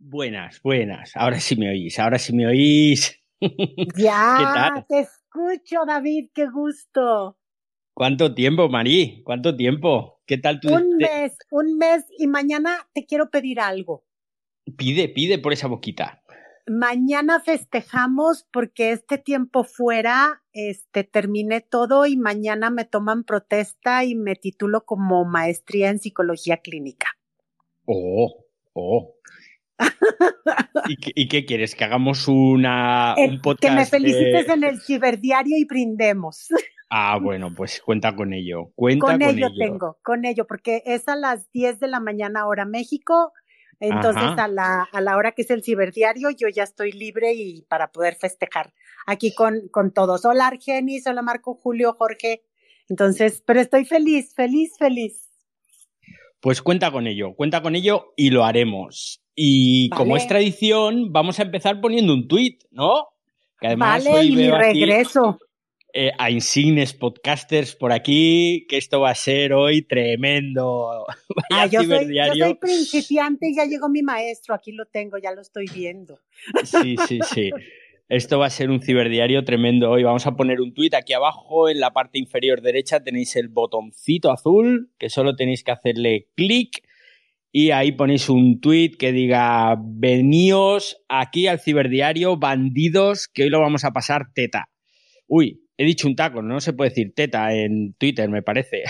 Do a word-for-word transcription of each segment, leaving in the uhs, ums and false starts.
Buenas, buenas. Ahora sí me oís, ahora sí me oís. Ya, ¿Qué tal? te escucho, David, qué gusto. ¿Cuánto tiempo, Marí? ¿Cuánto tiempo? ¿Qué tal tú? Un Te... mes, un mes y mañana te quiero pedir algo. Pide, pide por esa boquita. Mañana festejamos porque este tiempo fuera, este, terminé todo y mañana me toman protesta y me titulo como maestría en psicología clínica. Oh, oh. ¿Y qué, y qué quieres? ¿Que hagamos una, Eh, un que me podcast felicites de...? en el ciberdiario y brindemos. Ah, bueno, pues cuenta con ello. Cuenta Con con ello ello. tengo, con ello, porque es a las diez de la mañana hora México, entonces Ajá. a la, a la hora que es el ciberdiario yo ya estoy libre y para poder festejar aquí con, con todos. Hola Argenis, hola Marco, Julio, Jorge. Entonces, pero estoy feliz, feliz, feliz. Pues cuenta con ello, cuenta con ello y lo haremos. Y como es Vale, tradición, vamos a empezar poniendo un tuit, ¿no? Que además vale, hoy y mi veo aquí regreso. eh, a insignes podcasters por aquí, que esto va a ser hoy tremendo. Ah, Vaya yo soy, yo soy ciberdiario. principiante y ya llegó mi maestro, aquí lo tengo, ya lo estoy viendo. Sí, sí, sí. Esto va a ser un ciberdiario tremendo hoy. Vamos a poner un tuit aquí abajo, en la parte inferior derecha tenéis el botoncito azul, que solo tenéis que hacerle clic y ahí ponéis un tuit que diga: veníos aquí al ciberdiario, bandidos, que hoy lo vamos a pasar teta. Uy, he dicho un taco, no se puede decir teta en Twitter, me parece.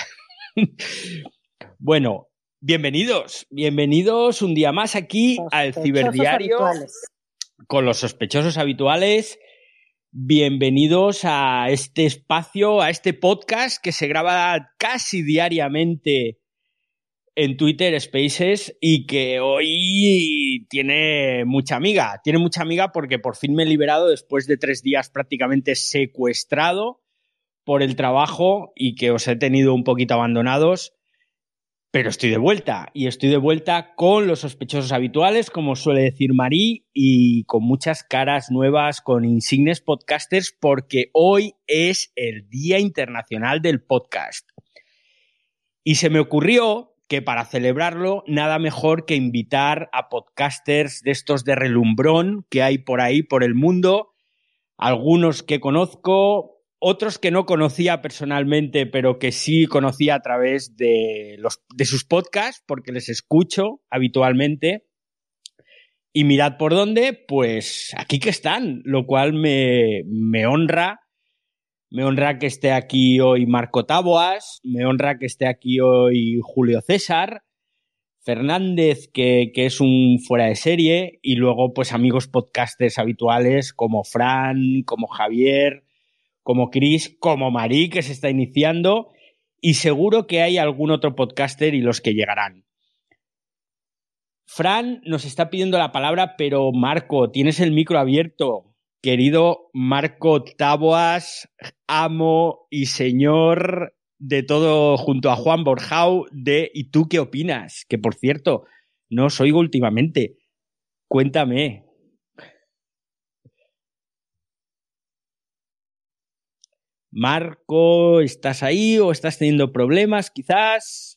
Bueno, bienvenidos, bienvenidos un día más aquí al Sospechosos ciberdiario habituales. con los sospechosos habituales. Bienvenidos a este espacio, a este podcast que se graba casi diariamente en Twitter Spaces y que hoy tiene mucha amiga. Tiene mucha amiga porque por fin me he liberado después de tres días prácticamente secuestrado por el trabajo y que os he tenido un poquito abandonados. Pero estoy de vuelta, y estoy de vuelta con los sospechosos habituales, como suele decir Marí, y con muchas caras nuevas, con insignes podcasters, porque hoy es el Día Internacional del Podcast. Y se me ocurrió que para celebrarlo, nada mejor que invitar a podcasters de estos de relumbrón que hay por ahí, por el mundo, algunos que conozco, otros que no conocía personalmente, pero que sí conocía a través de, los, de sus podcasts, porque les escucho habitualmente. Y mirad por dónde, pues aquí que están, lo cual me, me honra. Me honra que esté aquí hoy Marco Taboas, me honra que esté aquí hoy Julio César, Fernández, que, que es un fuera de serie, y luego pues amigos podcasters habituales como Fran, como Javier, como Chris, como Marí, que se está iniciando, y seguro que hay algún otro podcaster y los que llegarán. Fran nos está pidiendo la palabra, pero Marco, tienes el micro abierto. Querido Marco Taboas, amo y señor de todo junto a Juan Borjau de ¿Y tú qué opinas? Que por cierto, no os oigo últimamente. Cuéntame. Marco, ¿estás ahí o estás teniendo problemas quizás?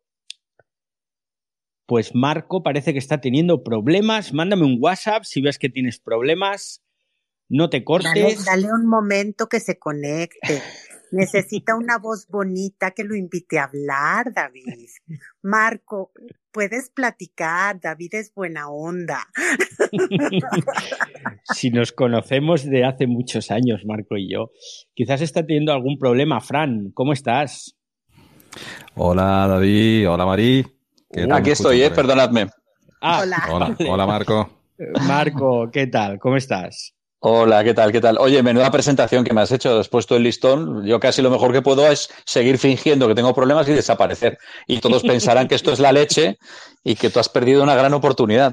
Pues Marco parece que está teniendo problemas. Mándame un WhatsApp si ves que tienes problemas. No te Dale, cortes. dale un momento que se conecte. Necesita una voz bonita que lo invite a hablar, David. Marco, puedes platicar, David es buena onda. Si nos conocemos de hace muchos años, Marco y yo. Quizás está teniendo algún problema. Fran, ¿cómo estás? Hola David, hola Marí. ¿Qué Uh, tal me Aquí escuchan estoy, eh, por ahí? perdonadme. Ah, Hola. Hola, vale. hola Marco. Marco, ¿qué tal? ¿Cómo estás? Hola, ¿qué tal? ¿Qué tal? Oye, menuda presentación que me has hecho. Has puesto el listón. Yo casi lo mejor que puedo es seguir fingiendo que tengo problemas y desaparecer. Y todos pensarán que esto es la leche y que tú has perdido una gran oportunidad.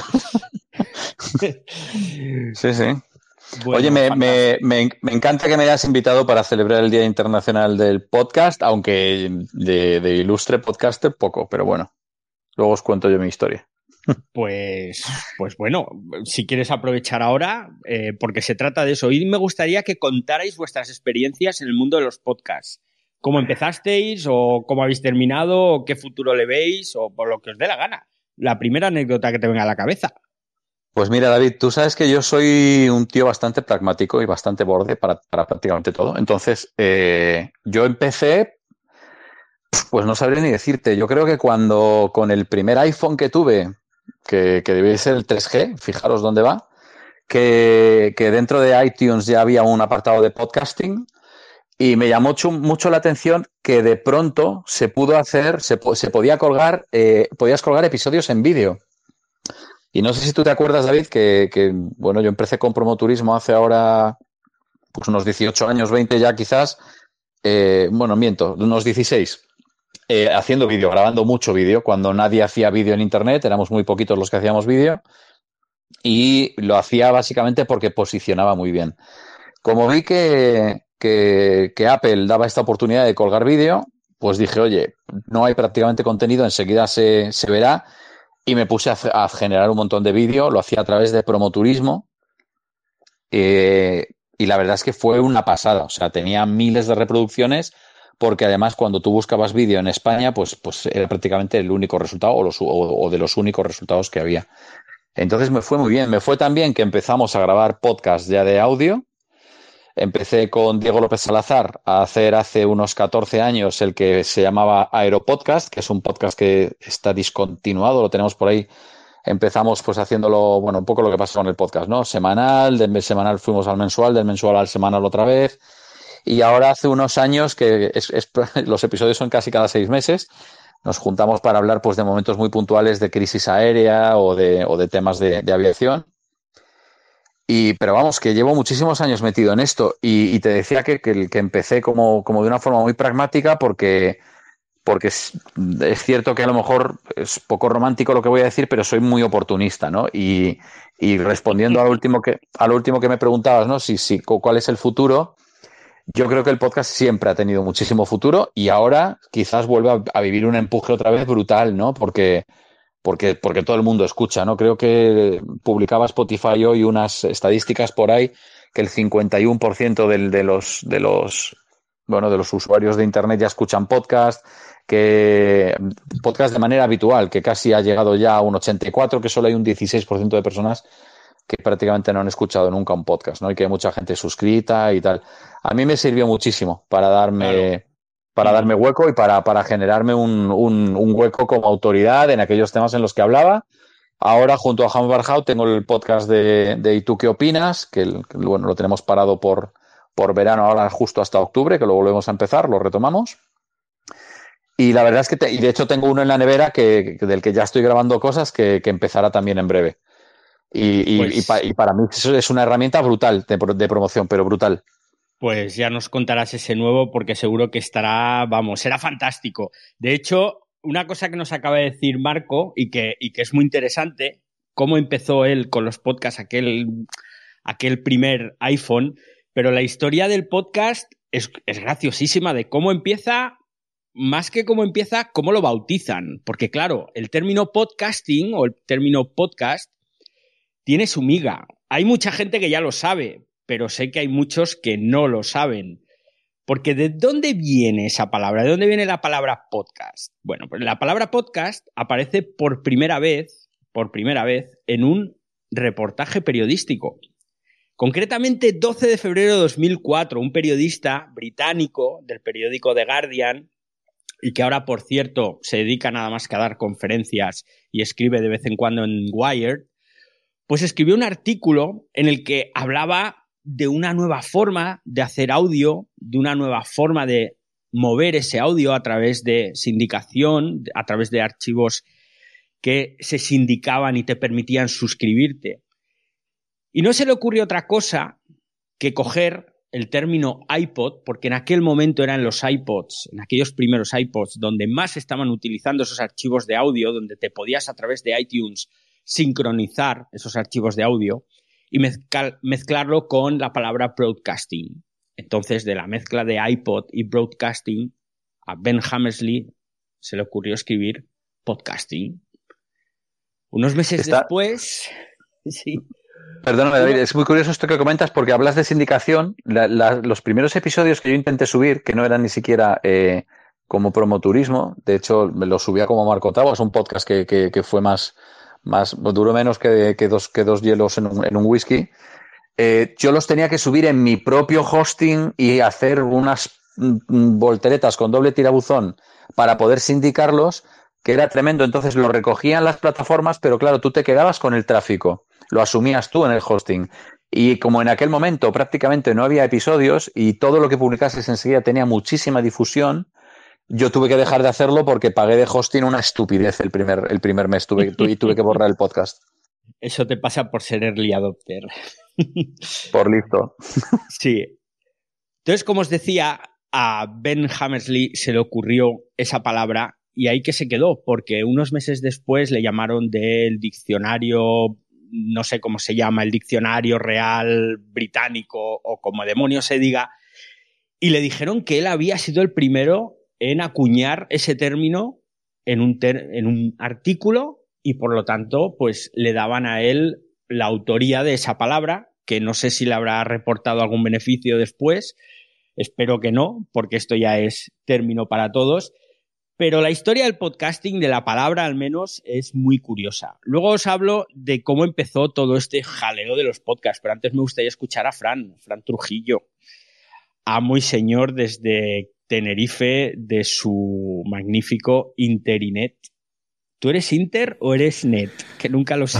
Sí, sí. Bueno, Oye, me, me, fantástico. me, me encanta que me hayas invitado para celebrar el Día Internacional del Podcast, aunque de, de ilustre podcaster poco, pero bueno, luego os cuento yo mi historia. Pues, pues bueno, si quieres aprovechar ahora, eh, porque se trata de eso. Y me gustaría que contarais vuestras experiencias en el mundo de los podcasts. ¿Cómo empezasteis o cómo habéis terminado o qué futuro le veis o por lo que os dé la gana? La primera anécdota que te venga a la cabeza. Pues mira, David, tú sabes que yo soy un tío bastante pragmático y bastante borde para, para prácticamente todo. Entonces, eh, yo empecé, pues no sabría ni decirte. Yo creo que cuando con el primer iPhone que tuve, que, que debía ser el tres G, fijaros dónde va, que, que dentro de iTunes ya había un apartado de podcasting y me llamó mucho, mucho la atención que de pronto se pudo hacer, se, se podía colgar, eh, podías colgar episodios en vídeo. Y no sé si tú te acuerdas, David, que, que bueno, yo empecé con Promoturismo hace ahora pues unos dieciocho años, veinte ya quizás, eh, bueno, miento, unos dieciséis, eh, haciendo vídeo, grabando mucho vídeo, cuando nadie hacía vídeo en Internet, éramos muy poquitos los que hacíamos vídeo, y lo hacía básicamente porque posicionaba muy bien. Como vi que, que, que Apple daba esta oportunidad de colgar vídeo, pues dije, oye, no hay prácticamente contenido, enseguida se, se verá. Y me puse a, a generar un montón de vídeo, lo hacía a través de Promoturismo eh, y la verdad es que fue una pasada, o sea, tenía miles de reproducciones porque además cuando tú buscabas vídeo en España, pues, pues era prácticamente el único resultado o, los, o, o de los únicos resultados que había. Entonces me fue muy bien, me fue tan bien que empezamos a grabar podcast ya de audio. Empecé con Diego López Salazar a hacer hace unos catorce años el que se llamaba Aeropodcast, que es un podcast que está discontinuado, lo tenemos por ahí. Empezamos pues haciéndolo, bueno, un poco lo que pasa con el podcast, ¿no? Semanal, del semanal fuimos al mensual, del mensual al semanal otra vez. Y ahora hace unos años que es, es, los episodios son casi cada seis meses. Nos juntamos para hablar pues de momentos muy puntuales de crisis aérea o de, o de temas de, de aviación. Y, pero vamos, que llevo muchísimos años metido en esto y, y te decía que, que, que empecé como, como de una forma muy pragmática porque, porque es, es cierto que a lo mejor es poco romántico lo que voy a decir, pero soy muy oportunista, ¿no? Y, y respondiendo a lo último que, a lo último que me preguntabas, ¿no? Si, si, ¿cuál es el futuro? Yo creo que el podcast siempre ha tenido muchísimo futuro y ahora quizás vuelva a, a vivir un empuje otra vez brutal, ¿no? Porque... Porque, porque todo el mundo escucha, ¿no? Creo que publicaba Spotify hoy unas estadísticas por ahí que el cincuenta y uno por ciento del, de los de los bueno de los usuarios de Internet ya escuchan podcast, que podcast de manera habitual, que casi ha llegado ya a un ochenta y cuatro por ciento, que solo hay un dieciséis por ciento de personas que prácticamente no han escuchado nunca un podcast, ¿no? Y que hay mucha gente suscrita y tal. A mí me sirvió muchísimo para darme... Claro. para darme hueco y para, para generarme un, un, un hueco como autoridad en aquellos temas en los que hablaba. Ahora, junto a Jaime Barjau, tengo el podcast de, de ¿Y tú qué opinas? Que, el, que bueno, lo tenemos parado por, por verano ahora justo hasta octubre, que lo volvemos a empezar, lo retomamos. Y la verdad es que, te, y de hecho tengo uno en la nevera que, del que ya estoy grabando cosas que, que empezará también en breve. Y, y, pues, y, pa, y para mí eso es una herramienta brutal de, de promoción, pero brutal. Pues ya nos contarás ese nuevo porque seguro que estará, vamos, será fantástico. De hecho, una cosa que nos acaba de decir Marco y que, y que es muy interesante, cómo empezó él con los podcasts, aquel, aquel primer iPhone, pero la historia del podcast es, es graciosísima de cómo empieza, más que cómo empieza, cómo lo bautizan. Porque claro, el término podcasting o el término podcast tiene su miga. Hay mucha gente que ya lo sabe, pero sé que hay muchos que no lo saben. Porque ¿de dónde viene esa palabra? ¿De dónde viene la palabra podcast? Bueno, pues la palabra podcast aparece por primera vez, por primera vez, en un reportaje periodístico. Concretamente, doce de febrero de dos mil cuatro, un periodista británico del periódico The Guardian, y que ahora, por cierto, se dedica nada más que a dar conferencias y escribe de vez en cuando en Wired, pues escribió un artículo en el que hablaba de una nueva forma de hacer audio, de una nueva forma de mover ese audio a través de sindicación, a través de archivos que se sindicaban y te permitían suscribirte. Y no se le ocurrió otra cosa que coger el término iPod, porque en aquel momento eran los iPods, en aquellos primeros iPods, donde más estaban utilizando esos archivos de audio, donde te podías a través de iTunes sincronizar esos archivos de audio, y mezclar, mezclarlo con la palabra broadcasting. Entonces, de la mezcla de iPod y broadcasting, a Ben Hammersley se le ocurrió escribir podcasting. Unos meses Está... después... sí. Perdóname, David, es muy curioso esto que comentas porque hablas de sindicación. La, la, los primeros episodios que yo intenté subir, que no eran ni siquiera eh, como promoturismo, de hecho me lo subía como Marco Tavo, es un podcast que, que, que fue más... más duró menos que, que, dos, que dos hielos en un, en un whisky. Eh, yo los tenía que subir en mi propio hosting y hacer unas mm, volteretas con doble tirabuzón para poder sindicarlos, que era tremendo. Entonces lo recogían las plataformas, pero claro, tú te quedabas con el tráfico, lo asumías tú en el hosting. Y como en aquel momento prácticamente no había episodios y todo lo que publicases enseguida tenía muchísima difusión, yo tuve que dejar de hacerlo porque pagué de hosting una estupidez el primer, el primer mes tuve, tu, y tuve que borrar el podcast. Eso te pasa por ser early adopter. Por listo. Sí. Entonces, como os decía, a Ben Hammersley se le ocurrió esa palabra y ahí que se quedó, porque unos meses después le llamaron del diccionario, no sé cómo se llama, el diccionario real británico o como demonios se diga, y le dijeron que él había sido el primero en acuñar ese término en un, ter- en un artículo y por lo tanto pues le daban a él la autoría de esa palabra, que no sé si le habrá reportado algún beneficio después, espero que no, porque esto ya es término para todos, pero la historia del podcasting, de la palabra al menos, es muy curiosa. Luego os hablo de cómo empezó todo este jaleo de los podcasts, pero antes me gustaría escuchar a Fran, Fran Trujillo, amo y señor desde Tenerife de su magnífico Interinet. ¿Tú eres Inter o eres Net? Que nunca lo sé.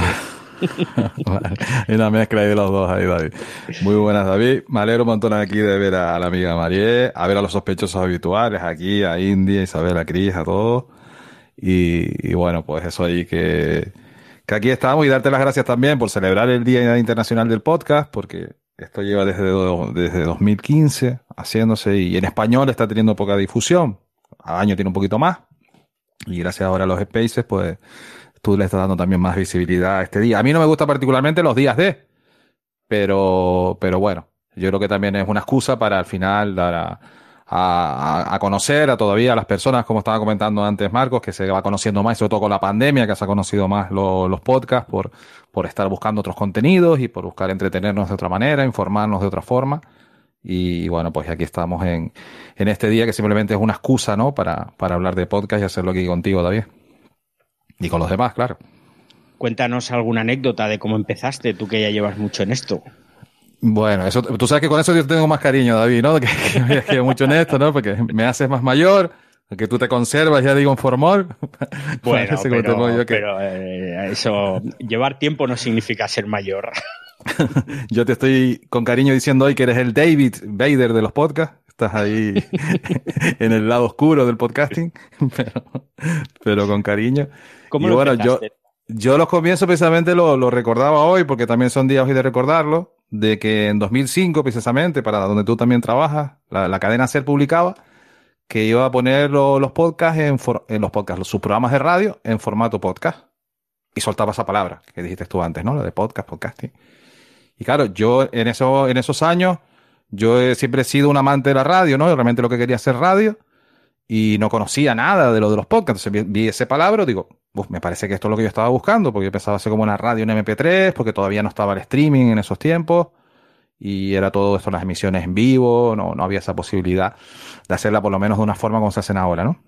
Vale. Una mezcla de los dos ahí, David. Muy buenas, David. Me alegro un montón aquí de ver a la amiga Marie, a ver a los sospechosos habituales aquí, a India, Isabel, a Cris, a todos. Y, y bueno, pues eso ahí que, que aquí estamos y darte las gracias también por celebrar el Día Internacional del Podcast, porque esto lleva desde, do, desde dos mil quince haciéndose y en español está teniendo poca difusión. Al año tiene un poquito más. Y gracias ahora a los Spaces, pues tú le estás dando también más visibilidad a este día. A mí no me gusta particularmente los días de, pero, pero bueno, yo creo que también es una excusa para al final dar a, a, a conocer a todavía a las personas, como estaba comentando antes Marcos, que se va conociendo más, sobre todo con la pandemia, que se ha conocido más lo, los podcasts por, por estar buscando otros contenidos y por buscar entretenernos de otra manera, informarnos de otra forma. Y bueno, pues aquí estamos en, en este día que simplemente es una excusa, ¿no? Para, para hablar de podcast y hacerlo aquí contigo, David. Y con los demás, claro. Cuéntanos alguna anécdota de cómo empezaste, tú que ya llevas mucho en esto. Bueno, eso, tú sabes que con eso yo tengo más cariño, David, ¿no? Que, que, que mucho en esto, ¿no? Porque me haces más mayor, que tú te conservas, ya digo, en formol. Bueno, pero, tengo yo que... pero eh, eso, llevar tiempo no significa ser mayor. Yo te estoy con cariño diciendo hoy que eres el David Vader de los podcasts. Estás ahí en el lado oscuro del podcasting, pero, pero con cariño. ¿Cómo y lo bueno, empezaste? yo, yo los comienzos precisamente lo, lo recordaba hoy, porque también son días hoy de recordarlo, de que en dos mil cinco precisamente, para donde tú también trabajas, la, la cadena SER publicaba que iba a poner lo, los podcasts en, for, en los podcasts, los, sus programas de radio en formato podcast. Y soltaba esa palabra que dijiste tú antes, ¿no? La de podcast, podcasting. Y claro, yo en, eso, en esos años, yo he, siempre he sido un amante de la radio, ¿no? Y realmente lo que quería hacer radio y no conocía nada de lo de los podcasts. Entonces vi, vi ese palabra y digo, uf, me parece que esto es lo que yo estaba buscando, porque yo pensaba hacer como una radio en eme pe tres, porque todavía no estaba el streaming en esos tiempos y era todo esto, las emisiones en vivo, no, no había esa posibilidad de hacerla por lo menos de una forma como se hacen ahora, ¿no?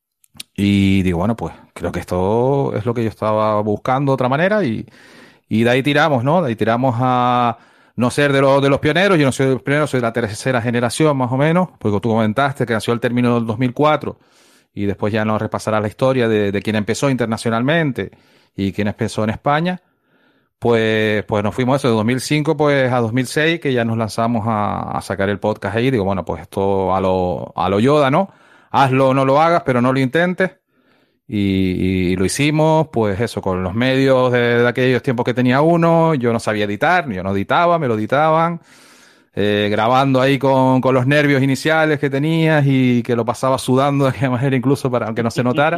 Y digo, bueno, pues creo que esto es lo que yo estaba buscando de otra manera y... Y de ahí tiramos, ¿no? De ahí tiramos a no ser de los, de los pioneros. Yo no soy de los pioneros, soy de la tercera generación más o menos, porque tú comentaste que nació el término del dos mil cuatro y después ya nos repasará la historia de, de quién empezó internacionalmente y quién empezó en España. Pues, pues nos fuimos eso de dos mil cinco pues a dos mil seis, que ya nos lanzamos a, a sacar el podcast ahí. Digo, bueno, pues esto a lo, a lo Yoda, ¿no? Hazlo o no lo hagas, pero no lo intentes. Y, y lo hicimos, pues eso, con los medios de, de aquellos tiempos que tenía uno. Yo no sabía editar, yo no editaba, me lo editaban, eh, grabando ahí con, con los nervios iniciales que tenías y que lo pasaba sudando de aquella manera incluso para aunque no se notara.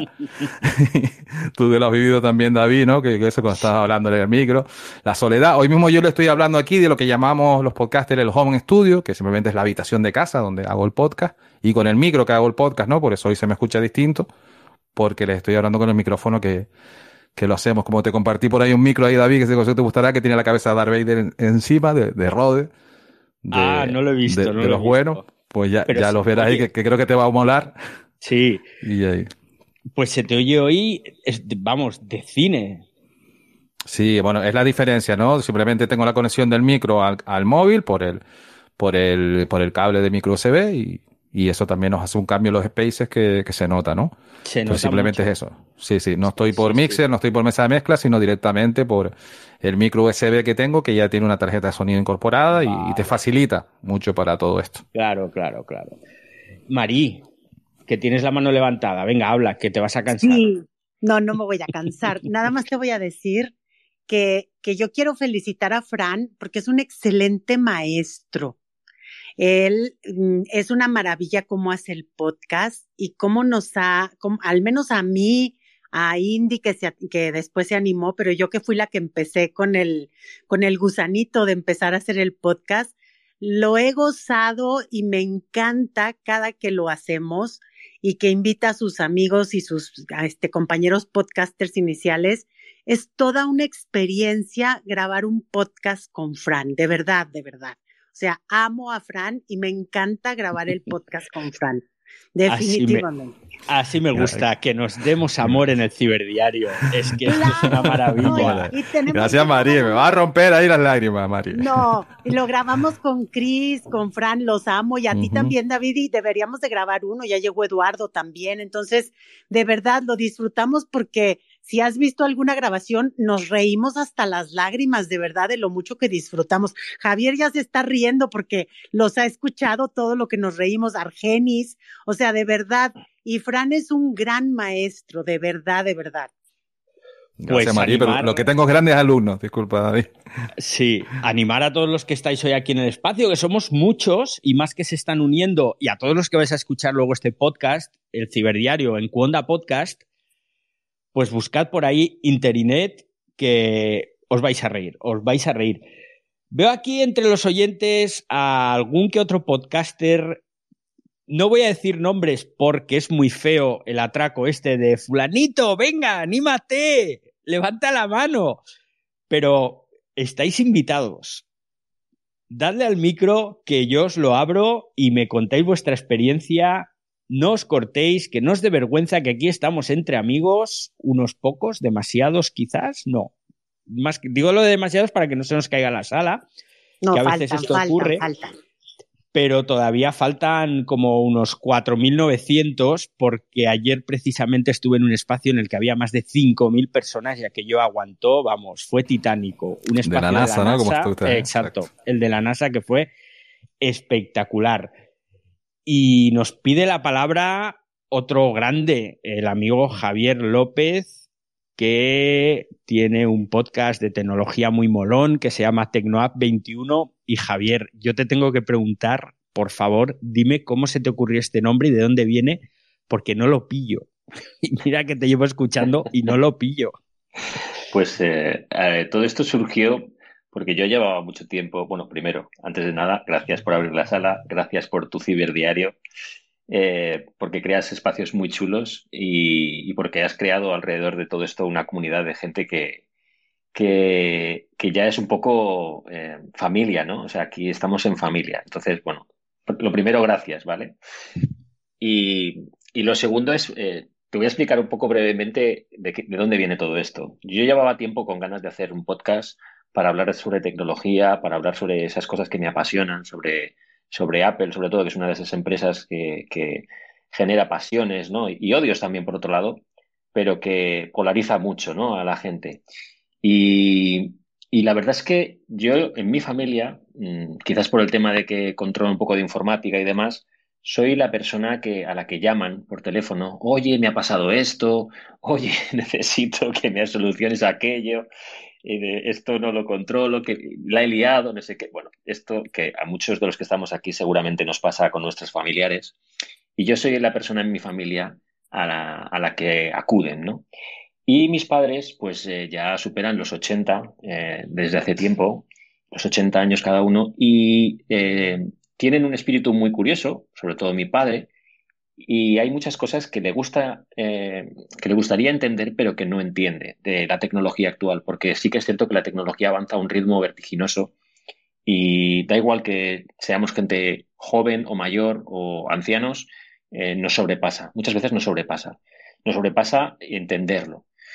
Tú que lo has vivido también, David, ¿no? Que, que eso cuando estabas hablándole al micro. La soledad. Hoy mismo yo le estoy hablando aquí de lo que llamamos los podcasters el home studio, que simplemente es la habitación de casa donde hago el podcast, y con el micro que hago el podcast, ¿no? Por eso hoy se me escucha distinto, porque les estoy hablando con el micrófono que, que lo hacemos. Como te compartí por ahí un micro ahí, David, que sé que te gustará, que tiene la cabeza de Darth Vader en, encima, de, de Rode. De, ah, no lo he visto. De, no de lo los he visto. buenos. Pues ya, ya los verás ahí, que, que creo que te va a molar. Sí. Y ahí. Pues se te oye hoy, es, vamos, de cine. Sí, bueno, es la diferencia, ¿no? Simplemente tengo la conexión del micro al, al móvil por el, por el, por el cable de micro U S B y, y eso también nos hace un cambio en los spaces que, que se nota, ¿no? Se Pero nota simplemente mucho. es eso. Sí, sí, no estoy por Sí, sí. mixer, no estoy por mesa de mezcla, sino directamente por el micro U S B que tengo, que ya tiene una tarjeta de sonido incorporada y, y te Vale. facilita mucho para todo esto. Claro, claro, claro. Marí, que tienes la mano levantada. Venga, habla, que te vas a cansar. Sí, no, no me voy a cansar. Nada más te voy a decir que, que yo quiero felicitar a Fran porque es un excelente maestro. Él mm, es una maravilla cómo hace el podcast y cómo nos ha, cómo- al menos a mí, a Indy que, se, que después se animó, pero yo que fui la que empecé con el, con el gusanito de empezar a hacer el podcast, lo he gozado y me encanta cada que lo hacemos y que invita a sus amigos y sus a este, compañeros podcasters iniciales. Es toda una experiencia grabar un podcast con Fran, de verdad, de verdad. O sea, amo a Fran y me encanta grabar el podcast con Fran. Así me, Definitivamente. así me gusta, que nos demos amor en el ciberdiario. Es que esto es una Claro, maravilla. no, y, y tenemos Gracias, que María. grabar Me un- va a romper ahí las lágrimas, María. No, y lo grabamos con Chris, con Fran, los amo, y a ti Ujú. también, David, y deberíamos de grabar uno, ya llegó Eduardo también, entonces, de verdad, lo disfrutamos porque si has visto alguna grabación, nos reímos hasta las lágrimas, de verdad, de lo mucho que disfrutamos. Javier ya se está riendo porque los ha escuchado todo lo que nos reímos, Argenis, o sea, de verdad, y Fran es un gran maestro, de verdad, de verdad. Gracias, Pues María. Pero animar, lo que tengo es grandes alumnos. Disculpa, David. sí, animar a todos los que estáis hoy aquí en el espacio, que somos muchos y más que se están uniendo, y a todos los que vais a escuchar luego este podcast, el Ciberdiario en Cuonda Podcast, pues buscad por ahí Interinet, que os vais a reír, os vais a reír. Veo aquí entre los oyentes a algún que otro podcaster. No voy a decir nombres porque es muy feo el atraco este de fulanito, venga, anímate, levanta la mano. Pero estáis invitados. Dadle al micro que yo os lo abro y me contáis vuestra experiencia. No os cortéis, que no os dé vergüenza, que aquí estamos entre amigos, unos pocos, demasiados quizás, no. Más, digo lo de demasiados para que no se nos caiga la sala, No, que a faltan, veces esto faltan, ocurre. faltan. Pero todavía faltan como unos cuatro mil novecientos porque ayer precisamente estuve en un espacio en el que había más de cinco mil personas y aquello aguantó, vamos, fue titánico. Un espacio De la NASA, de la ¿no? Como NASA, tú te- exacto, exacto. el de la NASA que fue espectacular. Y nos pide la palabra otro grande, el amigo Javier López, que tiene un podcast de tecnología muy molón que se llama TecnoApp veintiuno. Y Javier, yo te tengo que preguntar, por favor, dime cómo se te ocurrió este nombre y de dónde viene, porque no lo pillo. Y mira que te llevo escuchando y no lo pillo. Pues eh, eh, todo esto surgió porque yo llevaba mucho tiempo, bueno, primero, antes de nada, gracias por abrir la sala, gracias por tu ciberdiario, eh, porque creas espacios muy chulos y, y porque has creado alrededor de todo esto una comunidad de gente que, que, que ya es un poco eh, familia, ¿no? O sea, aquí estamos en familia. Entonces, bueno, lo primero, gracias, ¿vale? Y, y lo segundo es, eh, te voy a explicar un poco brevemente de, qué- de dónde viene todo esto. Yo llevaba tiempo con ganas de hacer un podcast para hablar sobre tecnología, para hablar sobre esas cosas que me apasionan, sobre, sobre Apple, sobre todo, que es una de esas empresas que, que genera pasiones, ¿no? Y odios también, por otro lado, pero que polariza mucho, ¿no? A la gente. Y, y la verdad es que yo, en mi familia, mm, quizás por el tema de que controlo un poco de informática y demás, soy la persona que, a la que llaman por teléfono, oye, me ha pasado esto, oye, necesito que me soluciones aquello, eh, esto no lo controlo, que la he liado, no sé qué. Bueno, esto que a muchos de los que estamos aquí seguramente nos pasa con nuestros familiares. Y yo soy la persona en mi familia a la, a la que acuden, ¿no? Y mis padres, pues eh, ya superan los ochenta eh, desde hace tiempo, los ochenta años cada uno, y eh, tienen un espíritu muy curioso, sobre todo mi padre, y hay muchas cosas que le gusta, eh, que le gustaría entender, pero que no entiende de la tecnología actual, porque sí que es cierto que la tecnología avanza a un ritmo vertiginoso y da igual que seamos gente joven o mayor o ancianos, eh, nos sobrepasa, muchas veces nos sobrepasa, nos sobrepasa entenderlo.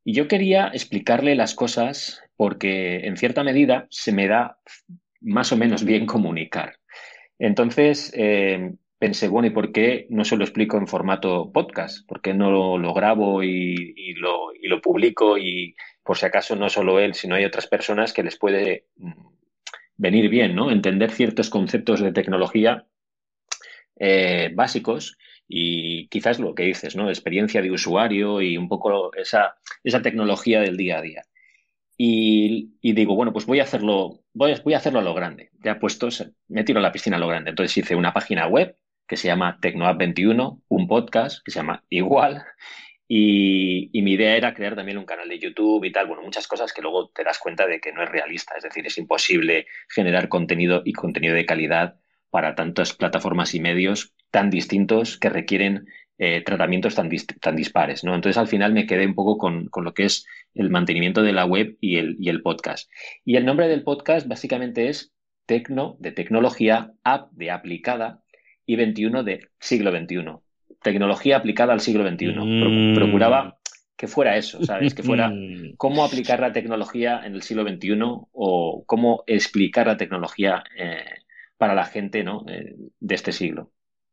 Y yo quería explicarle las cosas porque, en cierta medida, se me da más o menos bien comunicar. Entonces, eh, pensé, bueno, ¿y por qué no se lo explico en formato podcast? ¿Por qué no lo, lo grabo y, y, lo, y lo publico? Y por si acaso no solo él, sino hay otras personas que les puede mm, venir bien, ¿no? Entender ciertos conceptos de tecnología eh, básicos y quizás lo que dices, ¿no? Experiencia de usuario y un poco esa, esa tecnología del día a día. Y, y digo, bueno, pues voy a hacerlo, voy a, voy a hacerlo a lo grande. Ya puestos, me tiro a la piscina a lo grande. Entonces hice una página web que se llama TecnoApp veintiuno, un podcast que se llama igual, y, y mi idea era crear también un canal de YouTube y tal. Bueno, muchas cosas que luego te das cuenta de que no es realista. Es decir, es imposible generar contenido y contenido de calidad para tantas plataformas y medios tan distintos que requieren eh, tratamientos tan, dis tan dispares, ¿no? Entonces, al final me quedé un poco con, con lo que es el mantenimiento de la web y el, y el podcast. Y el nombre del podcast básicamente es Tecno, de tecnología, App de aplicada y veintiuno de siglo veintiuno. Tecnología aplicada al siglo veintiuno. Mm. Procuraba que fuera eso, ¿sabes? Que fuera cómo aplicar la tecnología en el siglo veintiuno o cómo explicar la tecnología eh, para la gente, ¿no? eh, de este siglo.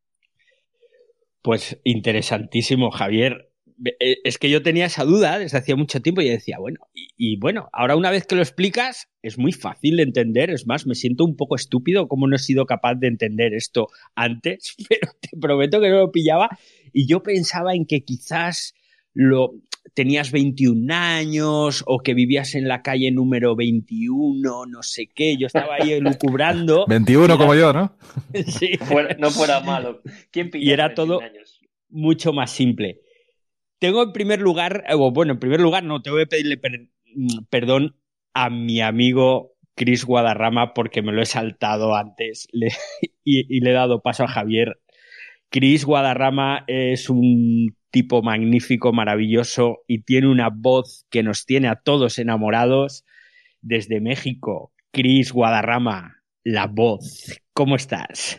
Pues interesantísimo, Javier. Es que yo tenía esa duda desde hacía mucho tiempo y decía, bueno, y, y bueno, ahora una vez que lo explicas es muy fácil de entender. Es más, me siento un poco estúpido como no he sido capaz de entender esto antes, pero te prometo que no lo pillaba. Y yo pensaba en que quizás lo tenías veintiún años o que vivías en la calle número veintiuno, no sé qué. Yo estaba ahí elucubrando. veintiuno como yo, ¿no? Sí. Fuera, no fuera malo. ¿Quién pilla Y era todo años? Mucho más simple. Tengo en primer lugar, o bueno, en primer lugar no, tengo que pedirle per, perdón a mi amigo Chris Guadarrama porque me lo he saltado antes le, y, y le he dado paso a Javier. Chris Guadarrama es un tipo magnífico, maravilloso y tiene una voz que nos tiene a todos enamorados desde México. Chris Guadarrama, la voz. ¿Cómo estás?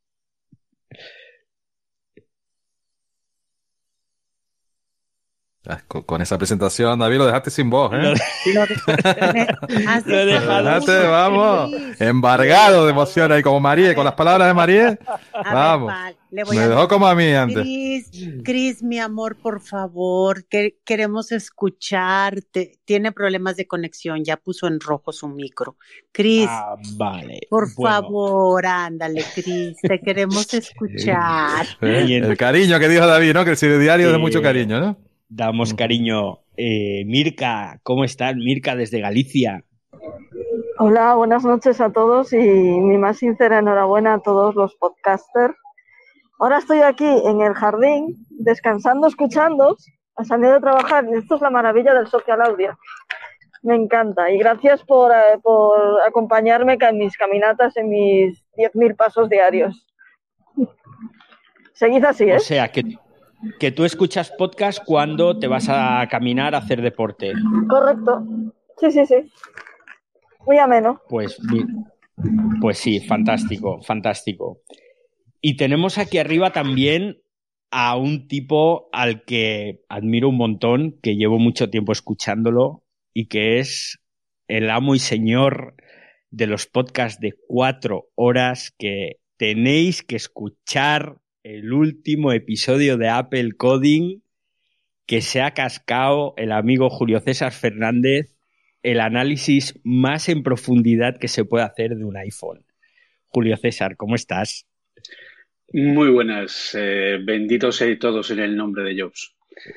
Con, con esa presentación, David, lo dejaste sin voz, ¿eh? Lo, Lo, de, me, lo he dejado. Dejaste, vamos, embargado de emoción ahí, como María, con las palabras de María. Vamos, ver, le voy me a dejó como a mí antes. Cris, Cris, mi amor, por favor, que queremos escucharte. Tiene problemas de conexión, ya puso en rojo su micro. Cris, ah, vale. por bueno. favor, ándale, Cris, te queremos escuchar. ¿Eh? El cariño que dijo David, ¿no? Que el diario eh, es de mucho cariño, ¿no? Damos cariño. Eh, Mirka, ¿cómo estás? Mirka, desde Galicia. Hola, buenas noches a todos y mi más sincera enhorabuena a todos los podcasters. Ahora estoy aquí en el jardín, descansando, escuchando, saliendo de trabajar. Y esto es la maravilla del social audio. Me encanta. Y gracias por, eh, por acompañarme en mis caminatas, en mis diez mil pasos diarios. Seguid así, ¿eh? O sea, que, que tú escuchas podcast cuando te vas a caminar a hacer deporte. Correcto. Sí, sí, sí. Muy ameno. Pues, pues sí, fantástico, fantástico. Y tenemos aquí arriba también a un tipo al que admiro un montón, que llevo mucho tiempo escuchándolo y que es el amo y señor de los podcasts de cuatro horas, que tenéis que escuchar el último episodio de Apple Coding, que se ha cascado el amigo Julio César Fernández, el análisis más en profundidad que se puede hacer de un iPhone. Julio César, ¿cómo estás? Muy buenas. Eh, benditos seáis todos en el nombre de Jobs.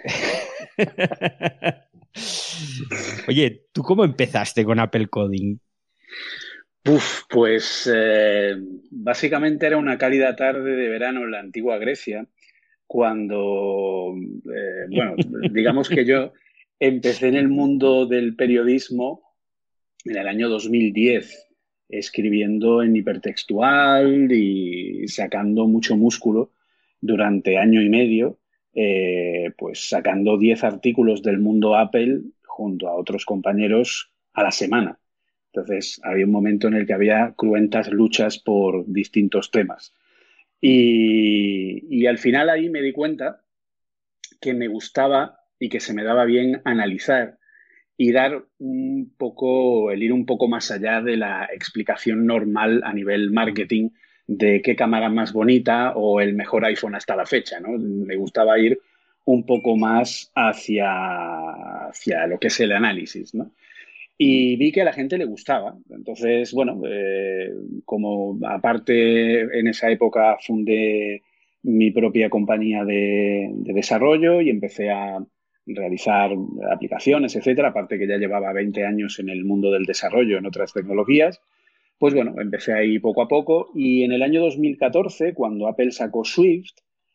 Oye, ¿tú cómo empezaste con Apple Coding? Uf, pues eh, básicamente era una cálida tarde de verano en la antigua Grecia, cuando, eh, bueno, digamos que yo empecé en el mundo del periodismo en el año dos mil diez, escribiendo en hipertextual y sacando mucho músculo durante año y medio, eh, pues sacando diez artículos del mundo Apple junto a otros compañeros a la semana. Entonces había un momento en el que había cruentas luchas por distintos temas. Y, y al final ahí me di cuenta que me gustaba y que se me daba bien analizar y dar un poco, el ir un poco más allá de la explicación normal a nivel marketing de qué cámara más bonita o el mejor iPhone hasta la fecha, ¿no? Me gustaba ir un poco más hacia, hacia lo que es el análisis, ¿no? Y vi que a la gente le gustaba. Entonces, bueno, eh, como aparte en esa época fundé mi propia compañía de, de desarrollo y empecé a realizar aplicaciones, etcétera, aparte que ya llevaba veinte años en el mundo del desarrollo en otras tecnologías, pues bueno, empecé ahí poco a poco y en el año dos mil catorce, cuando Apple sacó Swift,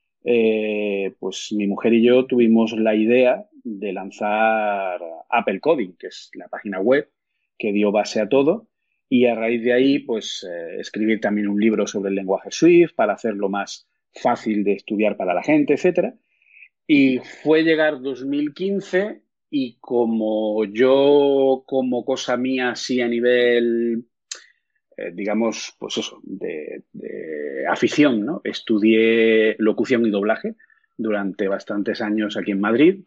eh, pues mi mujer y yo tuvimos la idea de lanzar Apple Coding, que es la página web que dio base a todo, y a raíz de ahí, pues eh, escribir también un libro sobre el lenguaje Swift para hacerlo más fácil de estudiar para la gente, etcétera. Y fue llegar dos mil quince y como yo, como cosa mía, así a nivel eh, digamos, pues eso, de, de afición, ¿no? Estudié locución y doblaje durante bastantes años aquí en Madrid,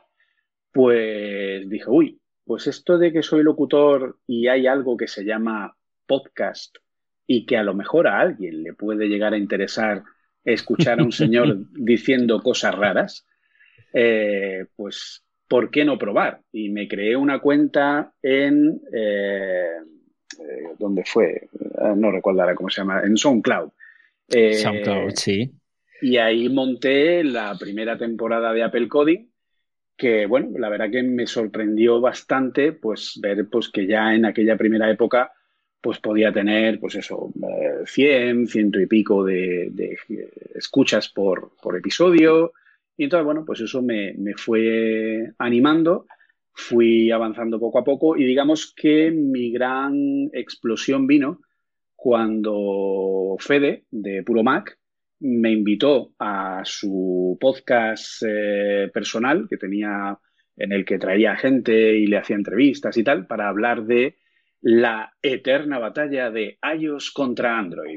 pues dije, uy, pues esto de que soy locutor y hay algo que se llama podcast y que a lo mejor a alguien le puede llegar a interesar escuchar a un señor diciendo cosas raras, eh, pues, ¿por qué no probar? Y me creé una cuenta en... Eh, eh, ¿dónde fue? Eh, no recuerdo ahora cómo se llama, en SoundCloud. Eh, SoundCloud, sí. Y ahí monté la primera temporada de Apple Coding, que bueno, la verdad que me sorprendió bastante pues ver pues que ya en aquella primera época pues podía tener pues eso, eh, cien, ciento y pico de, de escuchas por, por episodio. Y entonces, bueno, pues eso me, me fue animando, fui avanzando poco a poco y digamos que mi gran explosión vino cuando Fede, de Puro Mac, me invitó a su podcast eh, personal que tenía, en el que traía gente y le hacía entrevistas y tal, para hablar de la eterna batalla de iOS contra Android.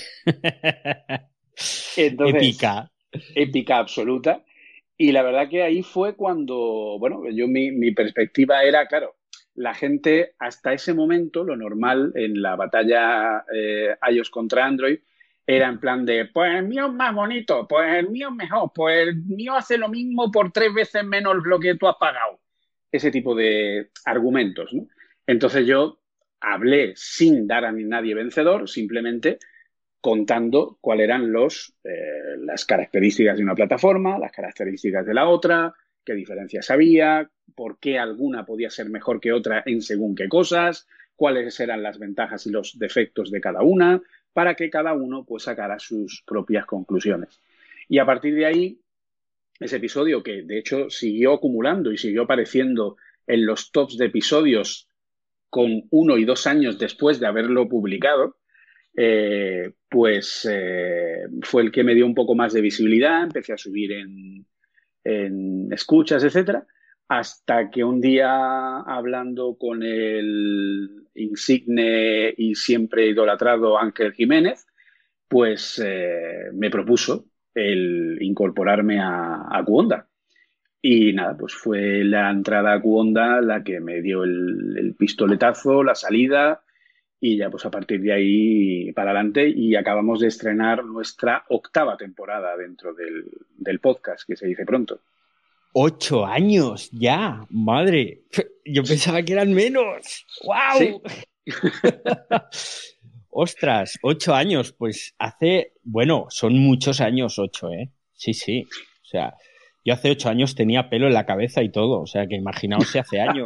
Entonces, épica. Épica absoluta. Y la verdad que ahí fue cuando, bueno, yo mi, mi perspectiva era, claro, la gente hasta ese momento, lo normal en la batalla eh, iOS contra Android, era en plan de, pues el mío es más bonito, pues el mío es mejor, pues el mío hace lo mismo por tres veces menos lo que tú has pagado. Ese tipo de argumentos, ¿no? Entonces yo hablé sin dar a nadie vencedor, simplemente contando cuáles eran los, eh, las características de una plataforma, las características de la otra, qué diferencias había, por qué alguna podía ser mejor que otra en según qué cosas, cuáles eran las ventajas y los defectos de cada una, para que cada uno pues sacara sus propias conclusiones. Y a partir de ahí, ese episodio que de hecho siguió acumulando y siguió apareciendo en los tops de episodios con uno y dos años después de haberlo publicado, eh, pues eh, fue el que me dio un poco más de visibilidad, empecé a subir en, en escuchas, etcétera, hasta que un día, hablando con el insigne y siempre idolatrado Ángel Jiménez, pues eh, me propuso el incorporarme a, a Cuonda. Y nada, pues fue la entrada a Cuonda la que me dio el, el pistoletazo, la salida, y ya pues a partir de ahí para adelante, y acabamos de estrenar nuestra octava temporada dentro del, del podcast, que se dice pronto. Ocho años ya, madre. Yo pensaba que eran menos. ¡Wow! ¿Sí? Ostras, ocho años. Pues hace, bueno, son muchos años ocho, ¿eh? Sí, sí. O sea, yo hace ocho años tenía pelo en la cabeza y todo. O sea, que imaginaos si hace años.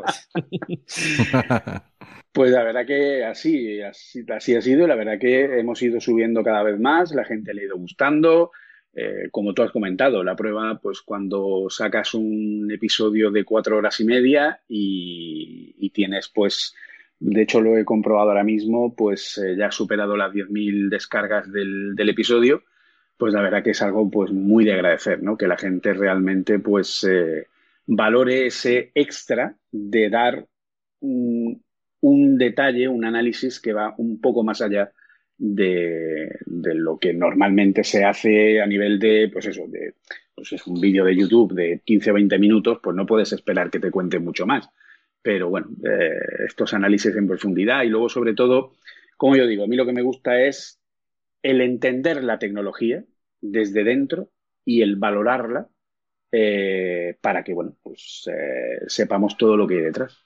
Pues la verdad que así, así, así ha sido. La verdad que hemos ido subiendo cada vez más. La gente le ha ido gustando. Eh, como tú has comentado, la prueba, pues cuando sacas un episodio de cuatro horas y media y, y tienes, pues, de hecho lo he comprobado ahora mismo, pues eh, ya ha superado las diez mil descargas del, del episodio, pues la verdad que es algo pues muy de agradecer, ¿no? Que la gente realmente pues eh, valore ese extra de dar un, un detalle, un análisis que va un poco más allá de, de lo que normalmente se hace a nivel de, pues eso, de pues es un vídeo de YouTube de quince o veinte minutos, pues no puedes esperar que te cuente mucho más. Pero bueno, eh, estos análisis en profundidad y luego sobre todo, como yo digo, a mí lo que me gusta es el entender la tecnología desde dentro y el valorarla eh, para que, bueno, pues eh, sepamos todo lo que hay detrás.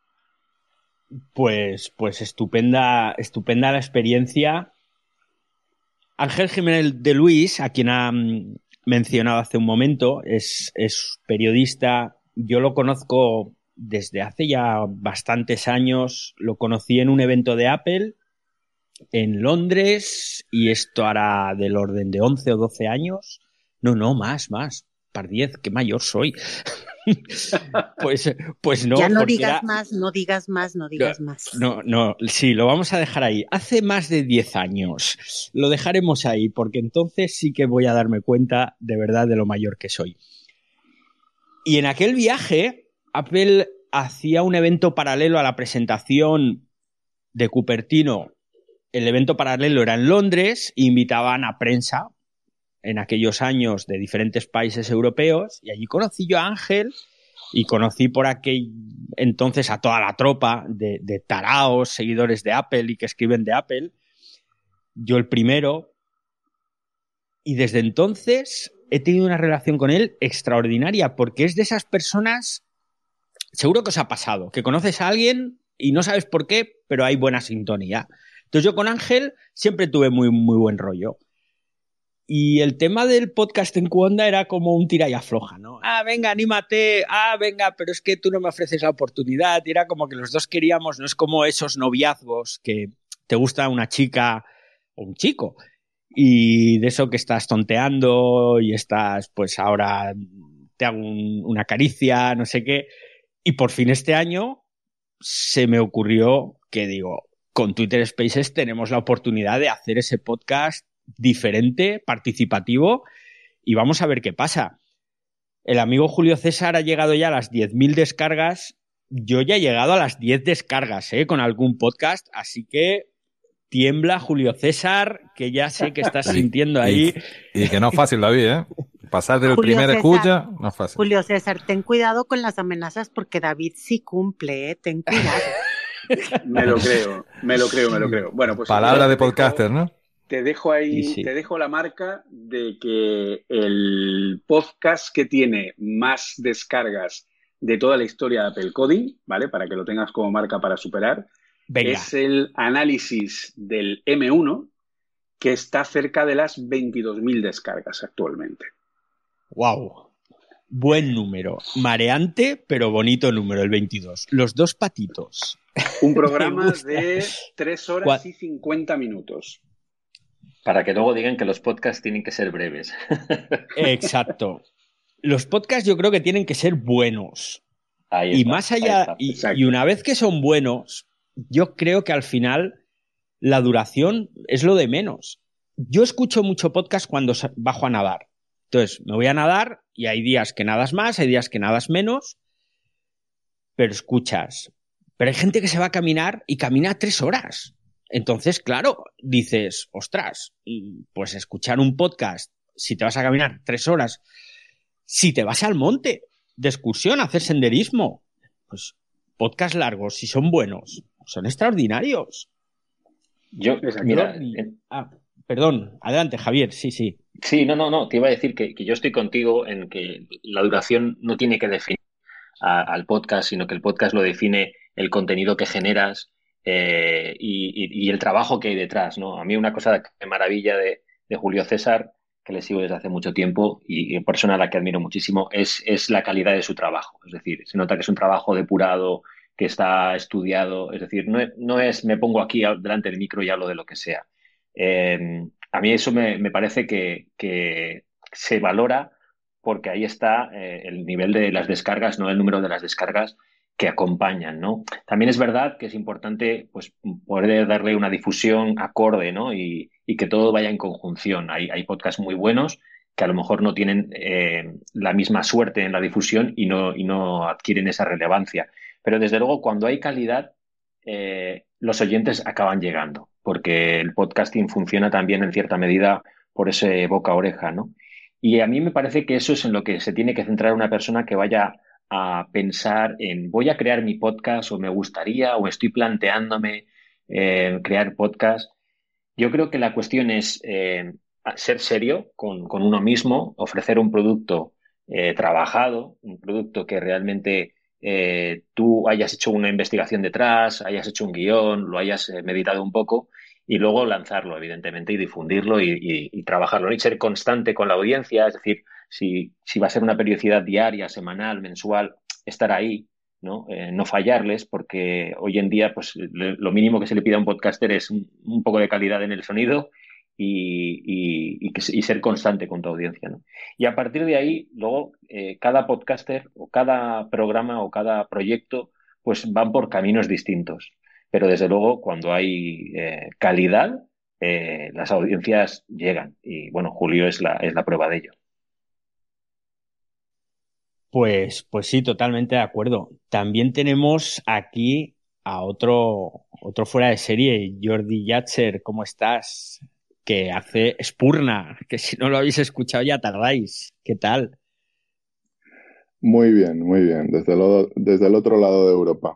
Pues, pues estupenda, estupenda la experiencia. Ángel Jiménez de Luis, a quien ha mm, mencionado hace un momento, es, es periodista. Yo lo conozco desde hace ya bastantes años. Lo conocí en un evento de Apple en Londres y esto hará del orden de once o doce años. No, no, más, más. Par diez, qué mayor soy. pues, pues no. Ya no digas era... más, no digas más, no digas no, más. No, no, sí, lo vamos a dejar ahí. Hace más de diez años. Lo dejaremos ahí porque entonces sí que voy a darme cuenta de verdad de lo mayor que soy. Y en aquel viaje, Apple hacía un evento paralelo a la presentación de Cupertino. El evento paralelo era en Londres, invitaban a prensa en aquellos años de diferentes países europeos y allí conocí yo a Ángel y conocí por aquel entonces a toda la tropa de, de taraos, seguidores de Apple y que escriben de Apple. Yo el primero. Y desde entonces he tenido una relación con él extraordinaria porque es de esas personas, seguro que os ha pasado, que conoces a alguien y no sabes por qué, pero hay buena sintonía. Entonces yo con Ángel siempre tuve muy, muy buen rollo. Y el tema del podcast en Cuonda era como un tira y afloja, ¿no? Ah, venga, anímate. Ah, venga, pero es que tú no me ofreces la oportunidad. Y era como que los dos queríamos, no es como esos noviazgos que te gusta una chica o un chico. Y de eso que estás tonteando y estás, pues ahora te hago un, una caricia, no sé qué. Y por fin este año se me ocurrió que digo, con Twitter Spaces tenemos la oportunidad de hacer ese podcast diferente, participativo, y vamos a ver qué pasa. El amigo Julio César ha llegado ya a las diez mil descargas. Yo ya he llegado a las diez descargas, ¿eh? Con algún podcast, así que tiembla, Julio César, que ya sé que estás sintiendo ahí. Y, y que no es fácil, David, ¿eh? Pasar del Julio primer César, escucha no es fácil. Julio César, ten cuidado con las amenazas porque David sí cumple, ¿eh? Ten cuidado. Me lo creo, me lo creo, me lo creo. Bueno, pues palabra de dejo, podcaster, ¿no? Te dejo ahí, sí, sí. Te dejo la marca de que el podcast que tiene más descargas de toda la historia de Apple Coding, ¿vale? Para que lo tengas como marca para superar. Venga. Es el análisis del eme uno, que está cerca de las veintidós mil descargas actualmente. ¡Wow! Buen número. Mareante, pero bonito número, el veintidós. Los dos patitos. Un programa de tres horas y cincuenta minutos. Para que luego digan que los podcasts tienen que ser breves. Exacto. Los podcasts yo creo que tienen que ser buenos. Ahí y está, más allá, y, y una vez que son buenos, yo creo que al final la duración es lo de menos. Yo escucho mucho podcast cuando bajo a nadar. Entonces, me voy a nadar y hay días que nadas más, hay días que nadas menos, pero escuchas. Pero hay gente que se va a caminar y camina tres horas. Entonces, claro, dices, ostras, pues escuchar un podcast, si te vas a caminar tres horas, si te vas al monte de excursión a hacer senderismo, pues podcast largos, si son buenos, son extraordinarios. Yo, mira... Yo, ah, perdón, adelante, Javier, sí, sí. Sí, no, no, no, te iba a decir que, que yo estoy contigo en que la duración no tiene que definir a, al podcast, sino que el podcast lo define el contenido que generas eh, y, y, y el trabajo que hay detrás, ¿no? A mí una cosa que me maravilla de, de Julio César, que le sigo desde hace mucho tiempo y, y persona a la que admiro muchísimo, es, es la calidad de su trabajo. Es decir, se nota que es un trabajo depurado, que está estudiado, es decir, no, no es me pongo aquí delante del micro y hablo de lo que sea. Eh, a mí eso me, me parece que, que se valora porque ahí está eh, el nivel de las descargas, no el número de las descargas que acompañan, ¿no? También es verdad que es importante pues poder darle una difusión acorde, ¿no? Y, y que todo vaya en conjunción. Hay, hay podcasts muy buenos que a lo mejor no tienen eh, la misma suerte en la difusión y no, y no adquieren esa relevancia. Pero desde luego cuando hay calidad, eh, los oyentes acaban llegando, porque el podcasting funciona también en cierta medida por ese boca a oreja, ¿no? Y a mí me parece que eso es en lo que se tiene que centrar una persona que vaya a pensar en voy a crear mi podcast o me gustaría o estoy planteándome eh, crear podcast. Yo creo que la cuestión es eh, ser serio con, con uno mismo, ofrecer un producto eh, trabajado, un producto que realmente eh, tú hayas hecho una investigación detrás, hayas hecho un guión, lo hayas eh, meditado un poco y luego lanzarlo, evidentemente, y difundirlo y, y, y trabajarlo y ser constante con la audiencia, es decir, si, si va a ser una periodicidad diaria, semanal, mensual, estar ahí, ¿no? Eh, no fallarles, porque hoy en día pues le, lo mínimo que se le pide a un podcaster es un, un poco de calidad en el sonido y, y, y, que, y ser constante con tu audiencia, ¿no? Y a partir de ahí, luego, eh, cada podcaster o cada programa o cada proyecto pues van por caminos distintos. Pero desde luego, cuando hay eh, calidad, eh, las audiencias llegan. Y bueno, Julio es la, es la prueba de ello. Pues, pues sí, totalmente de acuerdo. También tenemos aquí a otro, otro fuera de serie, Jordi Yatzer, ¿cómo estás? Que hace Spurna, que si no lo habéis escuchado ya tardáis. ¿Qué tal? Muy bien, muy bien, desde el, desde el otro lado de Europa.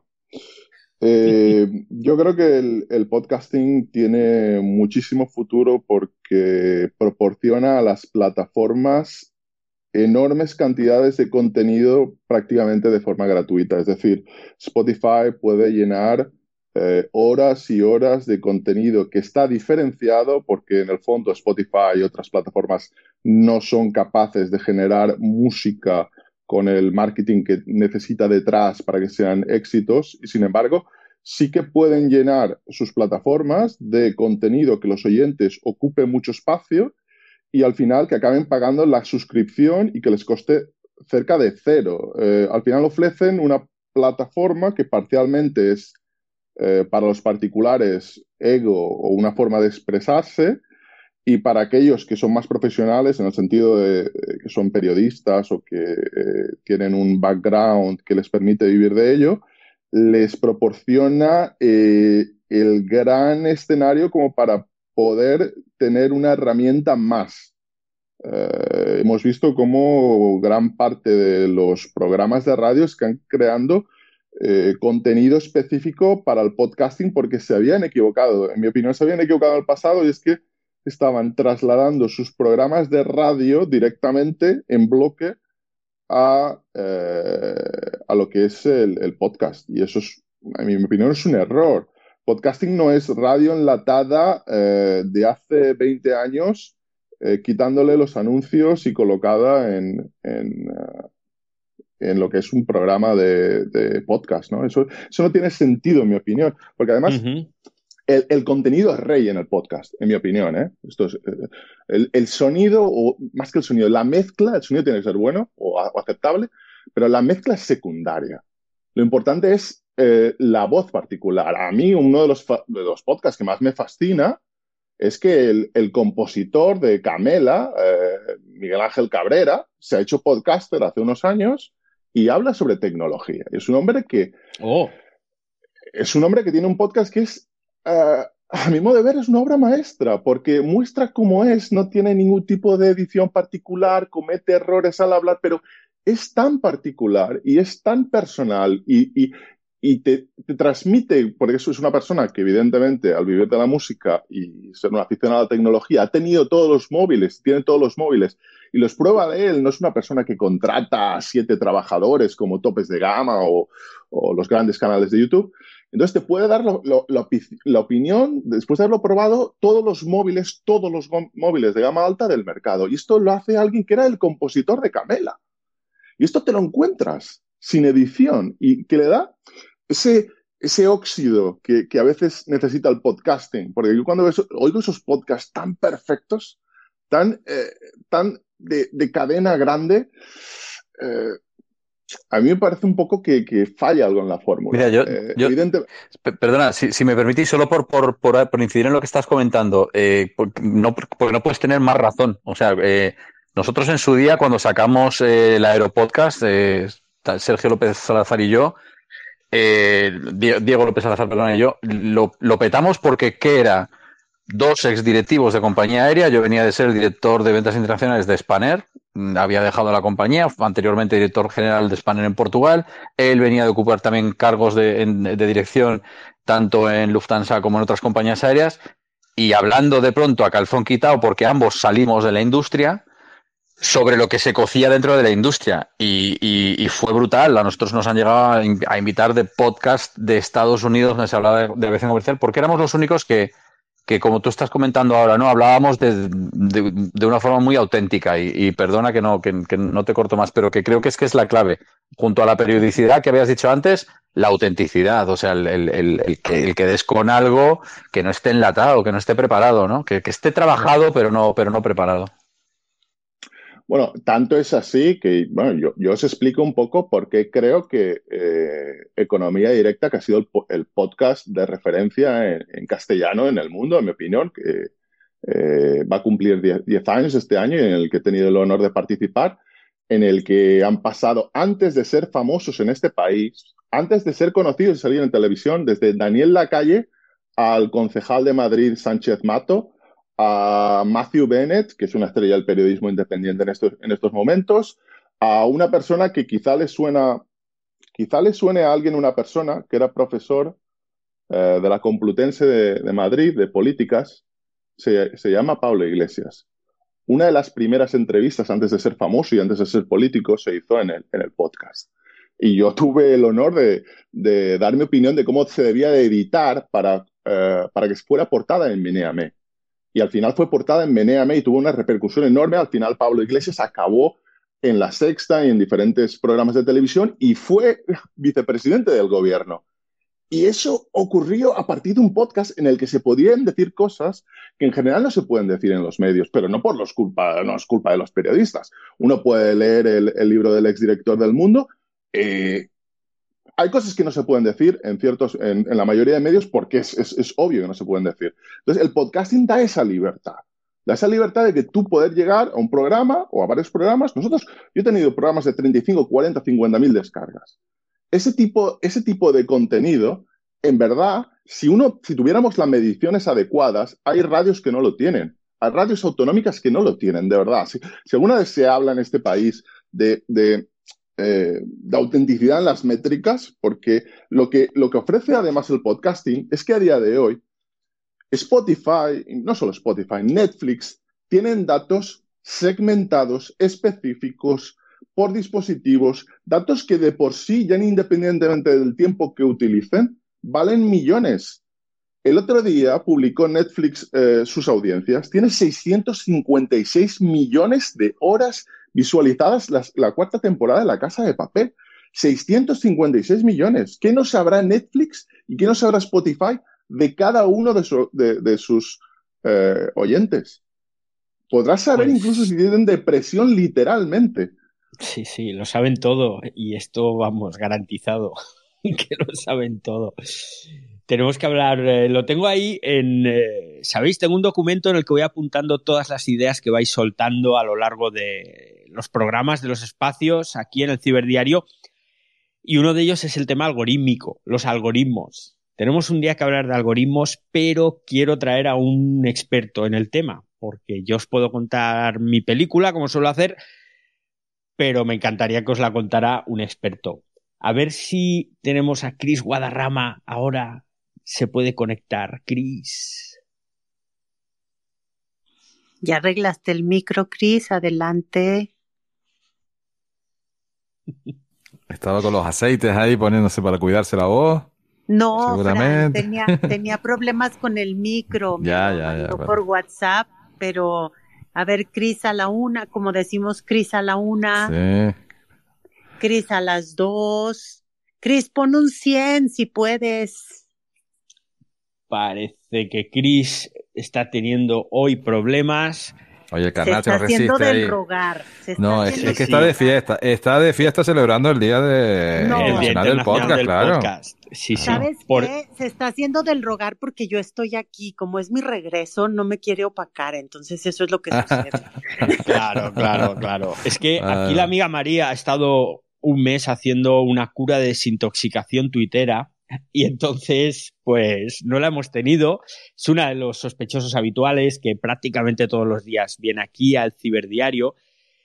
Eh, yo creo que el, el podcasting tiene muchísimo futuro porque proporciona a las plataformas enormes cantidades de contenido prácticamente de forma gratuita. Es decir, Spotify puede llenar eh, horas y horas de contenido que está diferenciado porque en el fondo Spotify y otras plataformas no son capaces de generar música con el marketing que necesita detrás para que sean éxitos y sin embargo sí que pueden llenar sus plataformas de contenido que los oyentes ocupen mucho espacio y al final que acaben pagando la suscripción y que les coste cerca de cero. Eh, al final ofrecen una plataforma que parcialmente es eh, para los particulares ego o una forma de expresarse y para aquellos que son más profesionales en el sentido de eh, que son periodistas o que eh, tienen un background que les permite vivir de ello, les proporciona eh, el gran escenario como para poder tener una herramienta más. Eh, hemos visto cómo gran parte de los programas de radio están creando eh, contenido específico para el podcasting porque se habían equivocado. En mi opinión, se habían equivocado en el pasado y es que estaban trasladando sus programas de radio directamente en bloque a, eh, a lo que es el, el podcast. Y eso, es, en mi opinión, es un error. Podcasting no es radio enlatada eh, de hace veinte años, eh, quitándole los anuncios y colocada en, en, uh, en lo que es un programa de, de podcast, ¿no? Eso, eso no tiene sentido, en mi opinión. Porque además... Uh-huh. El, el contenido es rey en el podcast, en mi opinión, ¿eh? Esto es, eh, el, el sonido, o más que el sonido, la mezcla, el sonido tiene que ser bueno o, o aceptable, pero la mezcla es secundaria. Lo importante es eh, la voz particular. A mí, uno de los, fa- de los podcasts que más me fascina es que el, el compositor de Camela, eh, Miguel Ángel Cabrera, se ha hecho podcaster hace unos años y habla sobre tecnología. Es un hombre que... Oh. Es un hombre que tiene un podcast que es... Uh, a mi modo de ver es una obra maestra porque muestra cómo es, no tiene ningún tipo de edición particular, comete errores al hablar, pero es tan particular y es tan personal y, y, y te, te transmite, porque eso es una persona que evidentemente al vivir de la música y ser una aficionada a la tecnología ha tenido todos los móviles, tiene todos los móviles y los prueba de él, no es una persona que contrata a siete trabajadores como topes de gama o, o los grandes canales de YouTube. Entonces te puede dar lo, lo, lo, la opinión, después de haberlo probado, todos los móviles, todos los móviles de gama alta del mercado. Y esto lo hace alguien que era el compositor de Camela. Y esto te lo encuentras sin edición y que le da ese, ese óxido que, que a veces necesita el podcasting. Porque yo cuando ves, oigo esos podcasts tan perfectos, tan, eh, tan de, de cadena grande, eh, a mí me parece un poco que, que falla algo en la fórmula. Mira, yo, eh, yo evidente... perdona, si, si me permitís, solo por, por, por, por incidir en lo que estás comentando, eh, porque, no, porque no puedes tener más razón. O sea, eh, nosotros en su día, cuando sacamos eh, el Aeropodcast, eh, Sergio López Salazar y yo, eh, Diego López Salazar, perdón, y yo, lo, lo petamos porque ¿qué era? dos exdirectivos de compañía aérea. Yo venía de ser director de ventas internacionales de Spanair. Había dejado la compañía, anteriormente director general de Spanair en Portugal. Él venía de ocupar también cargos de, en, de dirección tanto en Lufthansa como en otras compañías aéreas. Y hablando de pronto a calzón quitado, porque ambos salimos de la industria, sobre lo que se cocía dentro de la industria. Y, y, y fue brutal. A nosotros nos han llegado a, a invitar de podcast de Estados Unidos donde se hablaba de, de aviación comercial, porque éramos los únicos que que como tú estás comentando ahora, ¿no? Hablábamos de, de, de una forma muy auténtica y, y perdona que no, que, que no te corto más, pero que creo que es que es la clave. Junto a la periodicidad que habías dicho antes, la autenticidad, o sea, el, el, el, el, que, el que des con algo que no esté enlatado, que no esté preparado, ¿no? Que, que esté trabajado, pero no, pero no preparado. Bueno, tanto es así que, bueno, yo, yo os explico un poco por qué creo que eh, Economía Directa, que ha sido el, el podcast de referencia en, en castellano en el mundo, en mi opinión, que eh, va a cumplir diez años este año y en el que he tenido el honor de participar, en el que han pasado, antes de ser famosos en este país, antes de ser conocidos y salir en televisión, desde Daniel Lacalle al concejal de Madrid, Sánchez Mato, a Matthew Bennett, que es una estrella del periodismo independiente en estos, en estos momentos, a una persona que quizá le suena, quizá le suene a alguien una persona que era profesor eh, de la Complutense de, de Madrid, de políticas, se, se llama Pablo Iglesias. Una de las primeras entrevistas antes de ser famoso y antes de ser político se hizo en el, en el podcast. Y yo tuve el honor de, de dar mi opinión de cómo se debía de editar para, eh, para que fuera portada en Menéame. Y al final fue portada en Menéame y tuvo una repercusión enorme. Al final Pablo Iglesias acabó en La Sexta y en diferentes programas de televisión y fue vicepresidente del gobierno. Y eso ocurrió a partir de un podcast en el que se podían decir cosas que en general no se pueden decir en los medios, pero no por los culpa, no es culpa de los periodistas. Uno puede leer el, el libro del exdirector del Mundo. Eh, Hay cosas que no se pueden decir en ciertos, en, en la mayoría de medios porque es, es, es obvio que no se pueden decir. Entonces, el podcasting da esa libertad. Da esa libertad de que tú poder llegar a un programa o a varios programas. Nosotros, yo he tenido programas de treinta y cinco, cuarenta, cincuenta mil descargas. Ese tipo, ese tipo de contenido, en verdad, si uno, si tuviéramos las mediciones adecuadas, hay radios que no lo tienen. Hay radios autonómicas que no lo tienen, de verdad. Si, si alguna vez se habla en este país de... de Eh, de autenticidad en las métricas, porque lo que, lo que ofrece además el podcasting es que a día de hoy Spotify, no solo Spotify, Netflix, tienen datos segmentados, específicos, por dispositivos, datos que de por sí, ya independientemente del tiempo que utilicen, valen millones. El otro día publicó Netflix eh, sus audiencias, tiene seiscientos cincuenta y seis millones de horas visualizadas las, la cuarta temporada de La Casa de Papel. seiscientos cincuenta y seis millones. ¿Qué no sabrá Netflix y qué no sabrá Spotify de cada uno de, su, de, de sus eh, oyentes? Podrás saber pues, incluso si tienen depresión literalmente. Sí, sí, lo saben todo y esto, vamos, garantizado que lo saben todo. Tenemos que hablar, eh, lo tengo ahí en, eh, ¿sabéis? Tengo un documento en el que voy apuntando todas las ideas que vais soltando a lo largo de los programas, de los espacios, aquí en el Ciberdiario, y uno de ellos es el tema algorítmico, los algoritmos. Tenemos un día que hablar de algoritmos, pero quiero traer a un experto en el tema, porque yo os puedo contar mi película, como suelo hacer, pero me encantaría que os la contara un experto. A ver si tenemos a Chris Guadarrama ahora. Se puede conectar, Chris. Ya arreglaste el micro, Chris, adelante. Estaba con los aceites ahí poniéndose para cuidarse la voz. No, seguramente. Fran, tenía, tenía problemas con el micro. Me ya, lo ya, mandó ya. Bueno. Por WhatsApp, pero a ver, Chris a la una, como decimos, Chris a la una. Sí. Chris a las dos. Chris, pon un cien si puedes. Parece que Chris está teniendo hoy problemas. Oye, el Carnacho no resiste. Se está haciendo ahí. del rogar. Se está no, es, es que está del de fiesta. Está de fiesta celebrando el Día de no. el Día Internacional del Podcast, del claro. Podcast. Sí, sí. ¿Sabes Por... qué? Se está haciendo del rogar porque yo estoy aquí. Como es mi regreso, no me quiere opacar. Entonces eso es lo que sucede. Claro, claro, claro. Es que aquí la amiga María ha estado un mes haciendo una cura de desintoxicación tuitera y entonces pues no la hemos tenido. Es una de los sospechosos habituales que prácticamente todos los días viene aquí al Ciberdiario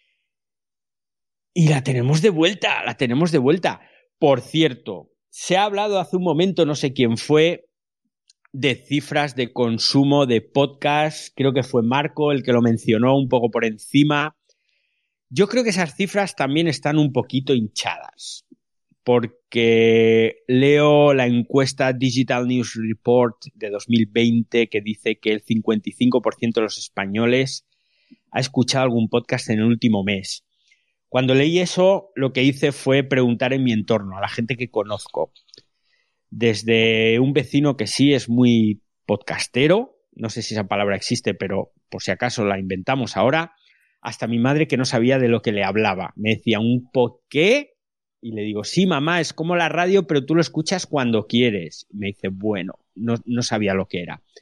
y la tenemos de vuelta, la tenemos de vuelta. Por cierto, se ha hablado hace un momento, no sé quién fue, de cifras de consumo de podcast. Creo que fue Marco el que lo mencionó un poco por encima. Yo creo que esas cifras también están un poquito hinchadas, porque leo la encuesta Digital News Report de dos mil veinte que dice que el cincuenta y cinco por ciento de los españoles ha escuchado algún podcast en el último mes. Cuando leí eso, lo que hice fue preguntar en mi entorno, a la gente que conozco. Desde un vecino que sí es muy podcastero, no sé si esa palabra existe, pero por si acaso la inventamos ahora, hasta mi madre que no sabía de lo que le hablaba. Me decía, ¿un pod qué? Y le digo, sí, mamá, es como la radio, pero tú lo escuchas cuando quieres. Me dice, bueno, no, no sabía lo que era.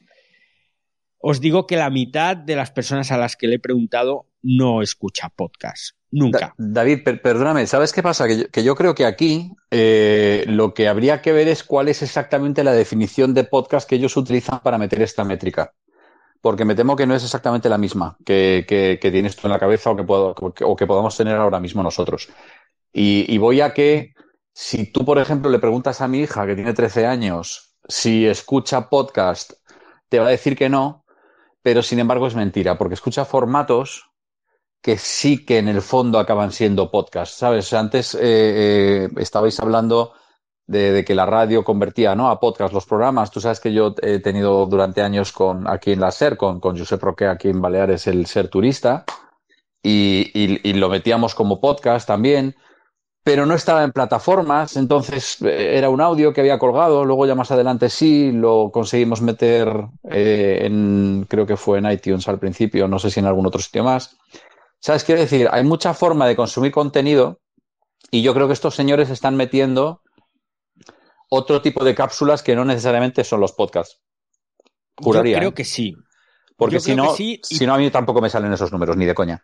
Os digo que la mitad de las personas a las que le he preguntado no escucha podcast. Nunca. Da- David, per- perdóname, ¿sabes qué pasa? Que yo, que yo creo que aquí eh, lo que habría que ver es cuál es exactamente la definición de podcast que ellos utilizan para meter esta métrica. Porque me temo que no es exactamente la misma que, que, que tienes tú en la cabeza o que, puedo, o que, o que podamos tener ahora mismo nosotros. Y, y voy a que, si tú, por ejemplo, le preguntas a mi hija, que tiene trece años, si escucha podcast, te va a decir que no, pero sin embargo es mentira, porque escucha formatos que sí que en el fondo acaban siendo podcast, ¿sabes? Antes eh, eh, estabais hablando de, de que la radio convertía, ¿no?, a podcast los programas. Tú sabes que yo he tenido durante años con aquí en la SER, con, con Josep Roque aquí en Baleares, el Ser Turista, y, y, y lo metíamos como podcast también, pero no estaba en plataformas, entonces eh, era un audio que había colgado, luego ya más adelante sí lo conseguimos meter eh, en, creo que fue en iTunes al principio, no sé si en algún otro sitio más. ¿Sabes? Quiero decir, hay mucha forma de consumir contenido y yo creo que estos señores están metiendo otro tipo de cápsulas que no necesariamente son los podcasts. Juraría, Yo creo ¿eh? que sí. Porque Yo si creo no, que sí, y- si no, a mí tampoco me salen esos números, ni de coña.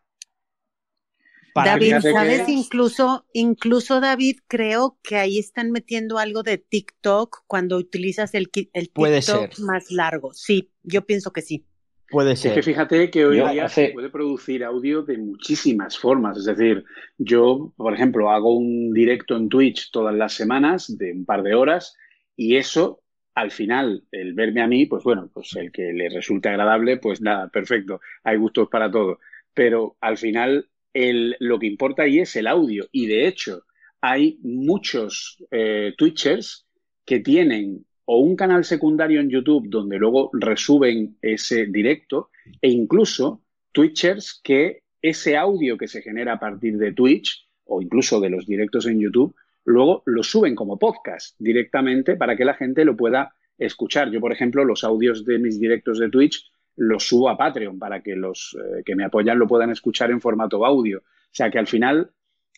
Para David, Fíjate ¿sabes? que- Incluso, incluso David, creo que ahí están metiendo algo de TikTok cuando utilizas el, ki- el Puede TikTok ser. más largo. Sí, yo pienso que sí. Puede Es que ser. fíjate que hoy Yo en día hace- se puede producir audio de muchísimas formas. Es decir, yo, por ejemplo, hago un directo en Twitch todas las semanas de un par de horas y eso, al final, el verme a mí, pues bueno, pues el que le resulte agradable, pues nada, perfecto. Hay gustos para todo. Pero al final, el, lo que importa ahí es el audio. Y de hecho, hay muchos eh, Twitchers que tienen o un canal secundario en YouTube donde luego resuben ese directo, e incluso Twitchers que ese audio que se genera a partir de Twitch o incluso de los directos en YouTube, luego lo suben como podcast directamente para que la gente lo pueda escuchar. Yo, por ejemplo, los audios de mis directos de Twitch los subo a Patreon para que los eh, que me apoyan lo puedan escuchar en formato audio. O sea que al final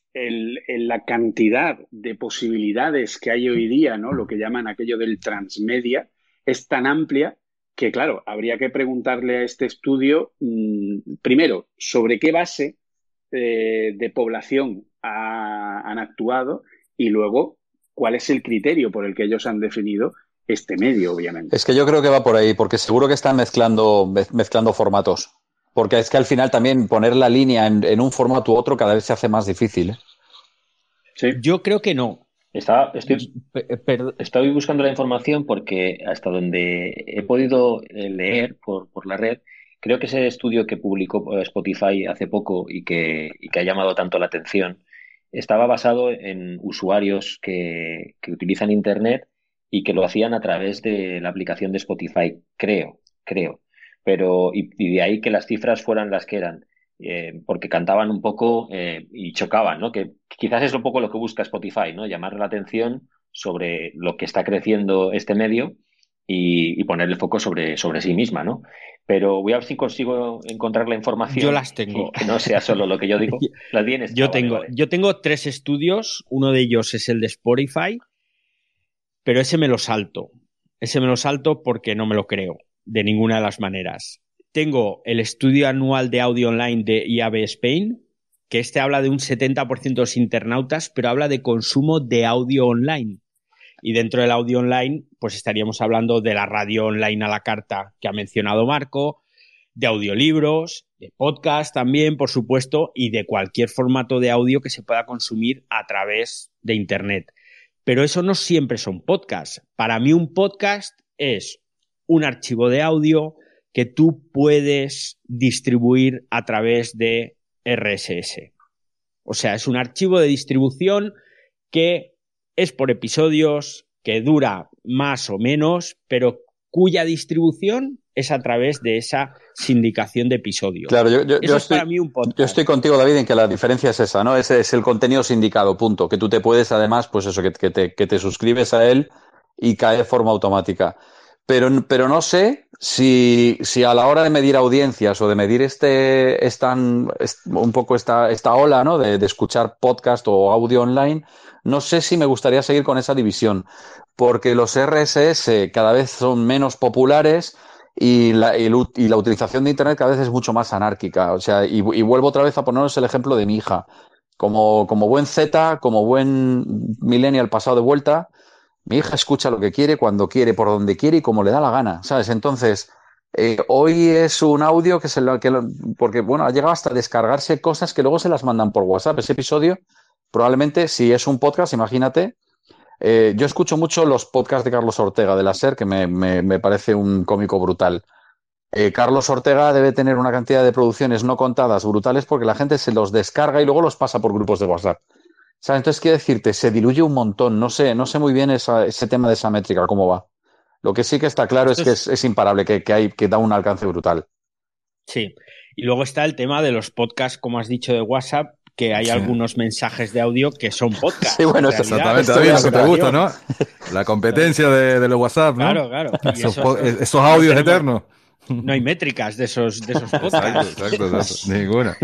El, el, la cantidad de posibilidades que hay hoy día, ¿no?, lo que llaman aquello del transmedia, es tan amplia que, claro, habría que preguntarle a este estudio, mmm, primero, sobre qué base eh, de población ha, han actuado y luego cuál es el criterio por el que ellos han definido este medio, obviamente. Es que yo creo que va por ahí, porque seguro que están mezclando, mezclando formatos. Porque es que al final también poner la línea en, en un formato u otro cada vez se hace más difícil, ¿eh? Sí. Yo creo que no. Estaba, estoy, P- perd- estoy buscando la información porque hasta donde he podido leer por, por la red, creo que ese estudio que publicó Spotify hace poco y que, y que ha llamado tanto la atención, estaba basado en usuarios que, que utilizan Internet y que lo hacían a través de la aplicación de Spotify, creo, creo. Pero, y, y de ahí que las cifras fueran las que eran, eh, porque cantaban un poco eh, y chocaban, ¿no? Que quizás es un poco lo que busca Spotify, ¿no? Llamar la atención sobre lo que está creciendo este medio y, y poner el foco sobre, sobre sí misma, ¿no? Pero voy a ver si consigo encontrar la información. Yo las tengo. Que no sea solo lo que yo digo. ¿Las tienes? Yo Ah, vale, tengo, vale. yo tengo tres estudios, uno de ellos es el de Spotify, pero ese me lo salto. Ese me lo salto porque no me lo creo, de ninguna de las maneras. Tengo el estudio anual de audio online de I A B Spain, que este habla de un setenta por ciento de los internautas, pero habla de consumo de audio online. Y dentro del audio online, pues estaríamos hablando de la radio online a la carta que ha mencionado Marco, de audiolibros, de podcast también, por supuesto, y de cualquier formato de audio que se pueda consumir a través de Internet. Pero eso no siempre son podcasts. Para mí un podcast es un archivo de audio que tú puedes distribuir a través de R S S. O sea, es un archivo de distribución que es por episodios, que dura más o menos, pero cuya distribución es a través de esa sindicación de episodios. Claro, yo, yo, Eso yo es estoy, para mí un podcast. Yo estoy contigo, David, en que la diferencia es esa, ¿no? Ese es el contenido sindicado, punto. Que tú te puedes, además, pues eso, que, que, te, que te suscribes a él y cae de forma automática. Pero, pero no sé si, si a la hora de medir audiencias o de medir este, esta, un poco esta, esta ola, ¿no? De, de escuchar podcast o audio online, no sé si me gustaría seguir con esa división, porque los R S S cada vez son menos populares y la, y, y la utilización de Internet cada vez es mucho más anárquica. O sea, y, y vuelvo otra vez a poneros el ejemplo de mi hija. Como, como buen Z, como buen millennial pasado de vuelta, mi hija escucha lo que quiere, cuando quiere, por donde quiere y como le da la gana, ¿sabes? Entonces, eh, hoy es un audio que se lo, que lo, porque, bueno, ha llegado hasta descargarse cosas que luego se las mandan por WhatsApp. Ese episodio, probablemente, si es un podcast, imagínate. Eh, yo escucho mucho los podcasts de Carlos Ortega de la SER, que me, me, me parece un cómico brutal. Eh, Carlos Ortega debe tener una cantidad de producciones no contadas brutales porque la gente se los descarga y luego los pasa por grupos de WhatsApp. ¿Sabes? Entonces, quiero decirte, se diluye un montón. No sé, no sé muy bien esa, ese tema de esa métrica, cómo va. Lo que sí que está claro es que es, es imparable, que, que, hay, que da un alcance brutal. Sí. Y luego está el tema de los podcasts, como has dicho, de WhatsApp, que hay sí. algunos mensajes de audio que son podcasts. Sí, bueno, esto exactamente, David, lo que te gusta, ¿no? La competencia de, de los WhatsApp, ¿no? Claro, claro. Esos, eso, esos, esos audios no eternos. No hay métricas de esos, de esos podcasts. Exacto, exacto, exacto. Ninguna.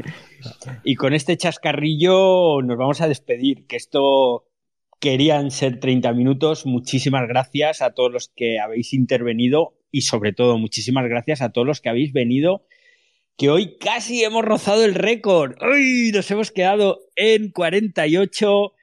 Y con este chascarrillo nos vamos a despedir, que esto querían ser treinta minutos. Muchísimas gracias a todos los que habéis intervenido y sobre todo muchísimas gracias a todos los que habéis venido, que hoy casi hemos rozado el récord. ¡Uy! Nos hemos quedado en cuarenta y ocho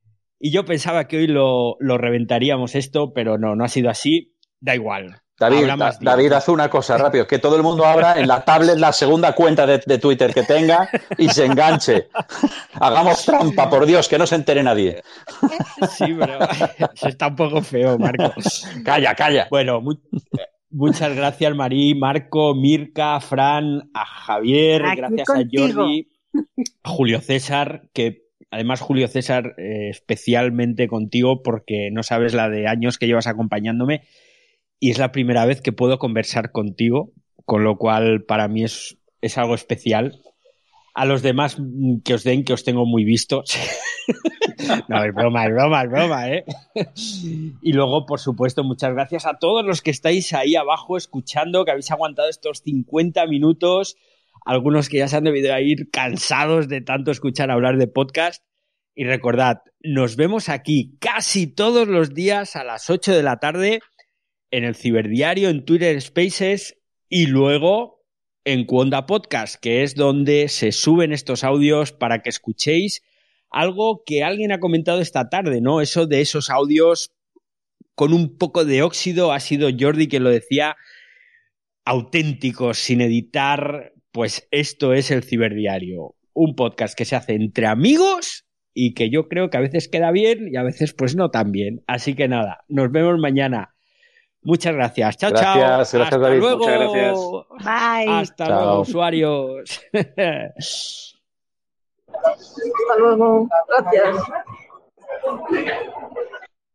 y yo pensaba que hoy lo, lo reventaríamos esto, pero no, no ha sido así. Da igual. David, da, David, haz una cosa rápido, que todo el mundo abra en la tablet la segunda cuenta de, de Twitter que tenga y se enganche. Hagamos trampa, por Dios, que no se entere nadie. Sí, pero eso está un poco feo, Marco. Calla, calla. Bueno, muy, muchas gracias, Marí, Marco, Mirka, Fran, a Javier, Aquí gracias contigo. a Jordi, a Julio César, que además Julio César, eh, especialmente contigo, porque no sabes la de años que llevas acompañándome. Y es la primera vez que puedo conversar contigo, con lo cual para mí es, es algo especial. A los demás que os den, que os tengo muy vistos. No, es broma, es broma, es broma, ¿eh? Y luego, por supuesto, muchas gracias a todos los que estáis ahí abajo escuchando, que habéis aguantado estos cincuenta minutos. Algunos que ya se han debido ir cansados de tanto escuchar hablar de podcast. Y recordad, nos vemos aquí casi todos los días a las ocho de la tarde en el Ciberdiario, en Twitter Spaces y luego en Cuonda Podcast, que es donde se suben estos audios para que escuchéis algo que alguien ha comentado esta tarde, ¿no? Eso de esos audios con un poco de óxido, ha sido Jordi quien lo decía, auténticos, sin editar. Pues esto es el Ciberdiario, un podcast que se hace entre amigos y que yo creo que a veces queda bien y a veces pues no tan bien. Así que nada, nos vemos mañana. Muchas gracias. Chao, gracias, chao. Gracias, Hasta David. luego. Muchas gracias. Bye. Hasta Chao. luego, usuarios. Hasta luego. Gracias.